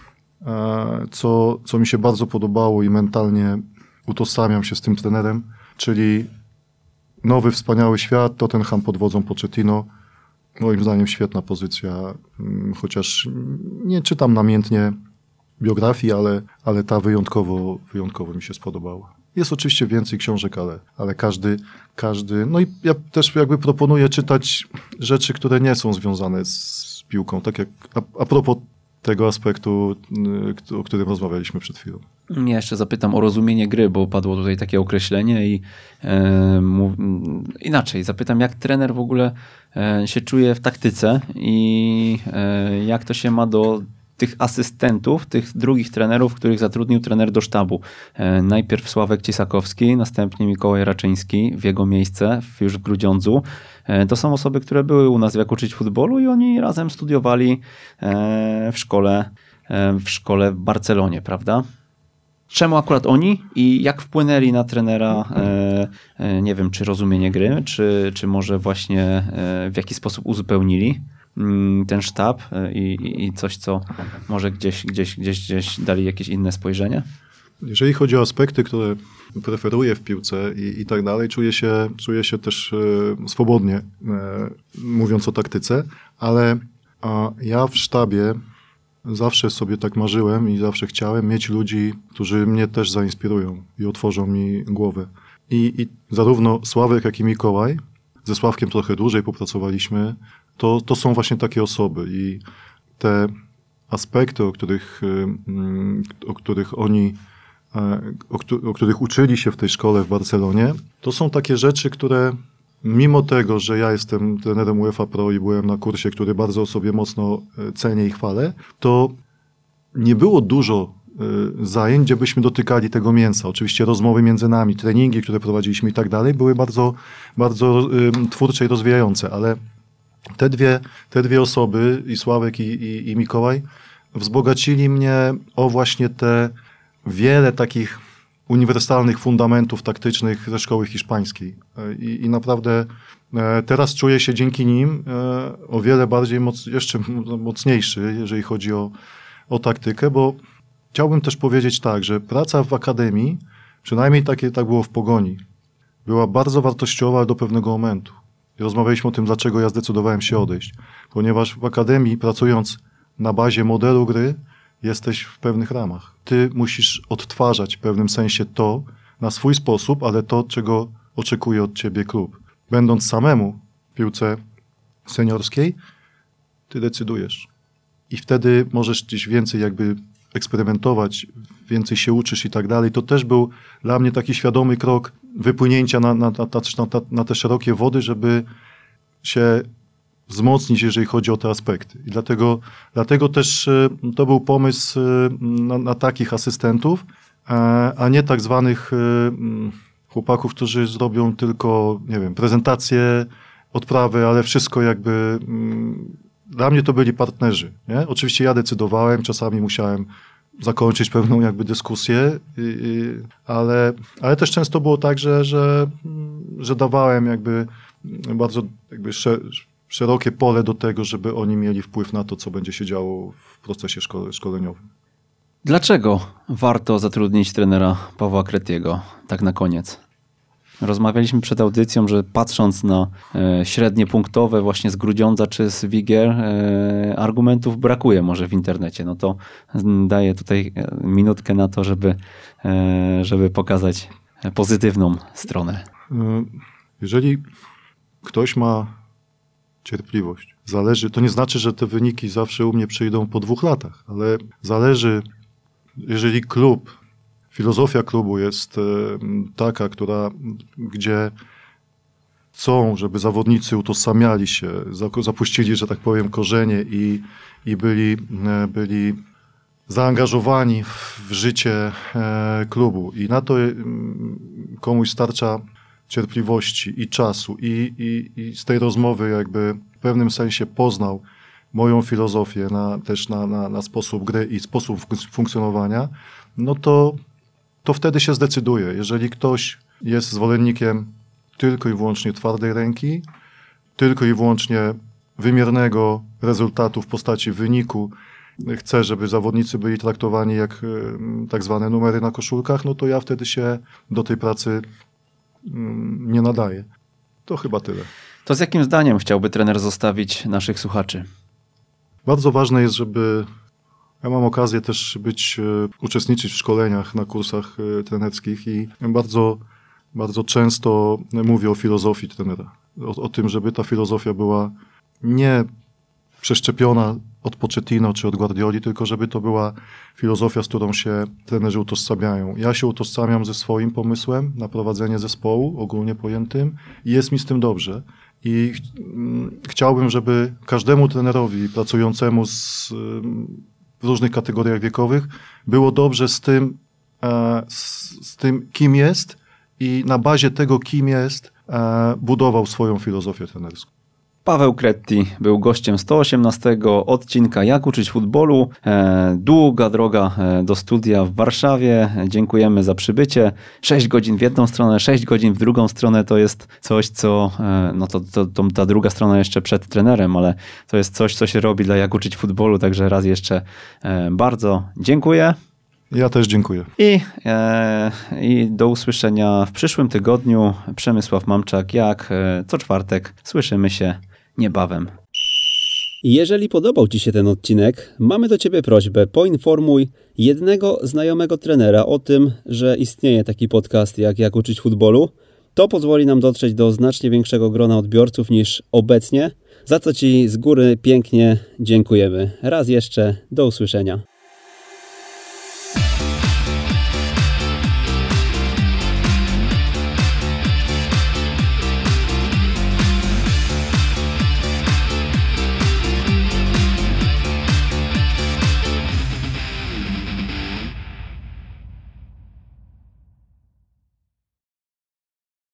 co mi się bardzo podobało i mentalnie utożsamiam się z tym trenerem, czyli Nowy Wspaniały Świat, Tottenham pod wodzą Pochettino. Moim zdaniem świetna pozycja, chociaż nie czytam namiętnie biografii, ale ta wyjątkowo mi się spodobała. Jest oczywiście więcej książek, ale każdy... No i ja też jakby proponuję czytać rzeczy, które nie są związane z piłką, tak jak a propos tego aspektu, o którym rozmawialiśmy przed chwilą. Ja jeszcze zapytam o rozumienie gry, bo padło tutaj takie określenie i inaczej. Zapytam, jak trener w ogóle się czuje w taktyce i jak to się ma do tych asystentów, tych drugich trenerów, których zatrudnił trener do sztabu. Najpierw Sławek Cisakowski, następnie Mikołaj Raczyński w jego miejsce już w Grudziądzu. To są osoby, które były u nas w Jak uczyć futbolu i oni razem studiowali w szkole w Barcelonie, prawda? Czemu akurat oni i jak wpłynęli na trenera, nie wiem, czy rozumienie gry, czy może właśnie w jaki sposób uzupełnili ten sztab i coś, co może gdzieś dali jakieś inne spojrzenie? Jeżeli chodzi o aspekty, które preferuję w piłce i tak dalej, czuję się też swobodnie, mówiąc o taktyce, ale ja w sztabie zawsze sobie tak marzyłem i zawsze chciałem mieć ludzi, którzy mnie też zainspirują i otworzą mi głowę. I zarówno Sławek, jak i Mikołaj, ze Sławkiem trochę dłużej popracowaliśmy, to są właśnie takie osoby i te aspekty, o których uczyli się w tej szkole w Barcelonie, to są takie rzeczy, które mimo tego, że ja jestem trenerem UEFA Pro i byłem na kursie, który bardzo sobie mocno cenię i chwalę, to nie było dużo zajęć, gdzie byśmy dotykali tego mięsa. Oczywiście rozmowy między nami, treningi, które prowadziliśmy i tak dalej, były bardzo, bardzo twórcze i rozwijające, ale te dwie osoby, i Sławek i Mikołaj, wzbogacili mnie o właśnie te wiele takich uniwersalnych fundamentów taktycznych ze szkoły hiszpańskiej. I naprawdę teraz czuję się dzięki nim o wiele bardziej, jeszcze mocniejszy, jeżeli chodzi o taktykę, bo chciałbym też powiedzieć tak, że praca w akademii, przynajmniej tak było w Pogoni, była bardzo wartościowa do pewnego momentu. I rozmawialiśmy o tym, dlaczego ja zdecydowałem się odejść. Ponieważ w akademii, pracując na bazie modelu gry, jesteś w pewnych ramach. Ty musisz odtwarzać w pewnym sensie to na swój sposób, ale to, czego oczekuje od ciebie klub. Będąc samemu w piłce seniorskiej, ty decydujesz. i wtedy możesz gdzieś więcej jakby eksperymentować, więcej się uczysz i tak dalej. To też był dla mnie taki świadomy krok wypłynięcia na te szerokie wody, żeby się wzmocnić, jeżeli chodzi o te aspekty. I dlatego też to był pomysł na takich asystentów, a nie tak zwanych chłopaków, którzy zrobią tylko, nie wiem, prezentację, odprawy, ale wszystko jakby... Dla mnie to byli partnerzy. Nie? Oczywiście ja decydowałem, czasami musiałem zakończyć pewną jakby dyskusję, ale też często było tak, że dawałem jakby bardzo jakby szerokie pole do tego, żeby oni mieli wpływ na to, co będzie się działo w procesie szkoleniowym. Dlaczego warto zatrudnić trenera Pawła Kretiego? Tak na koniec. Rozmawialiśmy przed audycją, że patrząc na średnie punktowe właśnie z Grudziądza czy z Wigier, argumentów brakuje może w internecie. No to daję tutaj minutkę na to, żeby pokazać pozytywną stronę. Jeżeli ktoś ma cierpliwość, to nie znaczy, że te wyniki zawsze u mnie przyjdą po 2 latach, ale zależy, jeżeli filozofia klubu jest taka, gdzie chcą, żeby zawodnicy utożsamiali się, zapuścili, że tak powiem, korzenie i byli zaangażowani w życie klubu i na to komuś starcza cierpliwości i czasu i z tej rozmowy jakby w pewnym sensie poznał moją filozofię też na sposób gry i sposób funkcjonowania, no to wtedy się zdecyduje. Jeżeli ktoś jest zwolennikiem tylko i wyłącznie twardej ręki, tylko i wyłącznie wymiernego rezultatu w postaci wyniku, chce, żeby zawodnicy byli traktowani jak tak zwane numery na koszulkach, no to ja wtedy się do tej pracy nie nadaję. To chyba tyle. To z jakim zdaniem chciałby trener zostawić naszych słuchaczy? Bardzo ważne jest, ja mam okazję też uczestniczyć w szkoleniach na kursach trenerskich i bardzo, bardzo często mówię o filozofii trenera. O tym, żeby ta filozofia była nie przeszczepiona od Pochettino czy od Guardioli, tylko żeby to była filozofia, z którą się trenerzy utożsamiają. Ja się utożsamiam ze swoim pomysłem na prowadzenie zespołu, ogólnie pojętym, i jest mi z tym dobrze. I chciałbym, żeby każdemu trenerowi pracującemu w różnych kategoriach wiekowych było dobrze z tym, kim jest i na bazie tego, kim jest, budował swoją filozofię trenerską. Paweł Kretti był gościem 118 odcinka Jak uczyć futbolu. Długa droga do studia w Warszawie. Dziękujemy za przybycie. 6 godzin w jedną stronę, 6 godzin w drugą stronę to jest coś, co... No to ta druga strona jeszcze przed trenerem, ale to jest coś, co się robi dla Jak uczyć futbolu. Także raz jeszcze bardzo dziękuję. Ja też dziękuję. I do usłyszenia w przyszłym tygodniu. Przemysław Mamczak, jak co czwartek. Słyszymy się niebawem. Jeżeli podobał Ci się ten odcinek, mamy do Ciebie prośbę. Poinformuj jednego znajomego trenera o tym, że istnieje taki podcast jak uczyć futbolu. To pozwoli nam dotrzeć do znacznie większego grona odbiorców niż obecnie, za co Ci z góry pięknie dziękujemy. Raz jeszcze, do usłyszenia.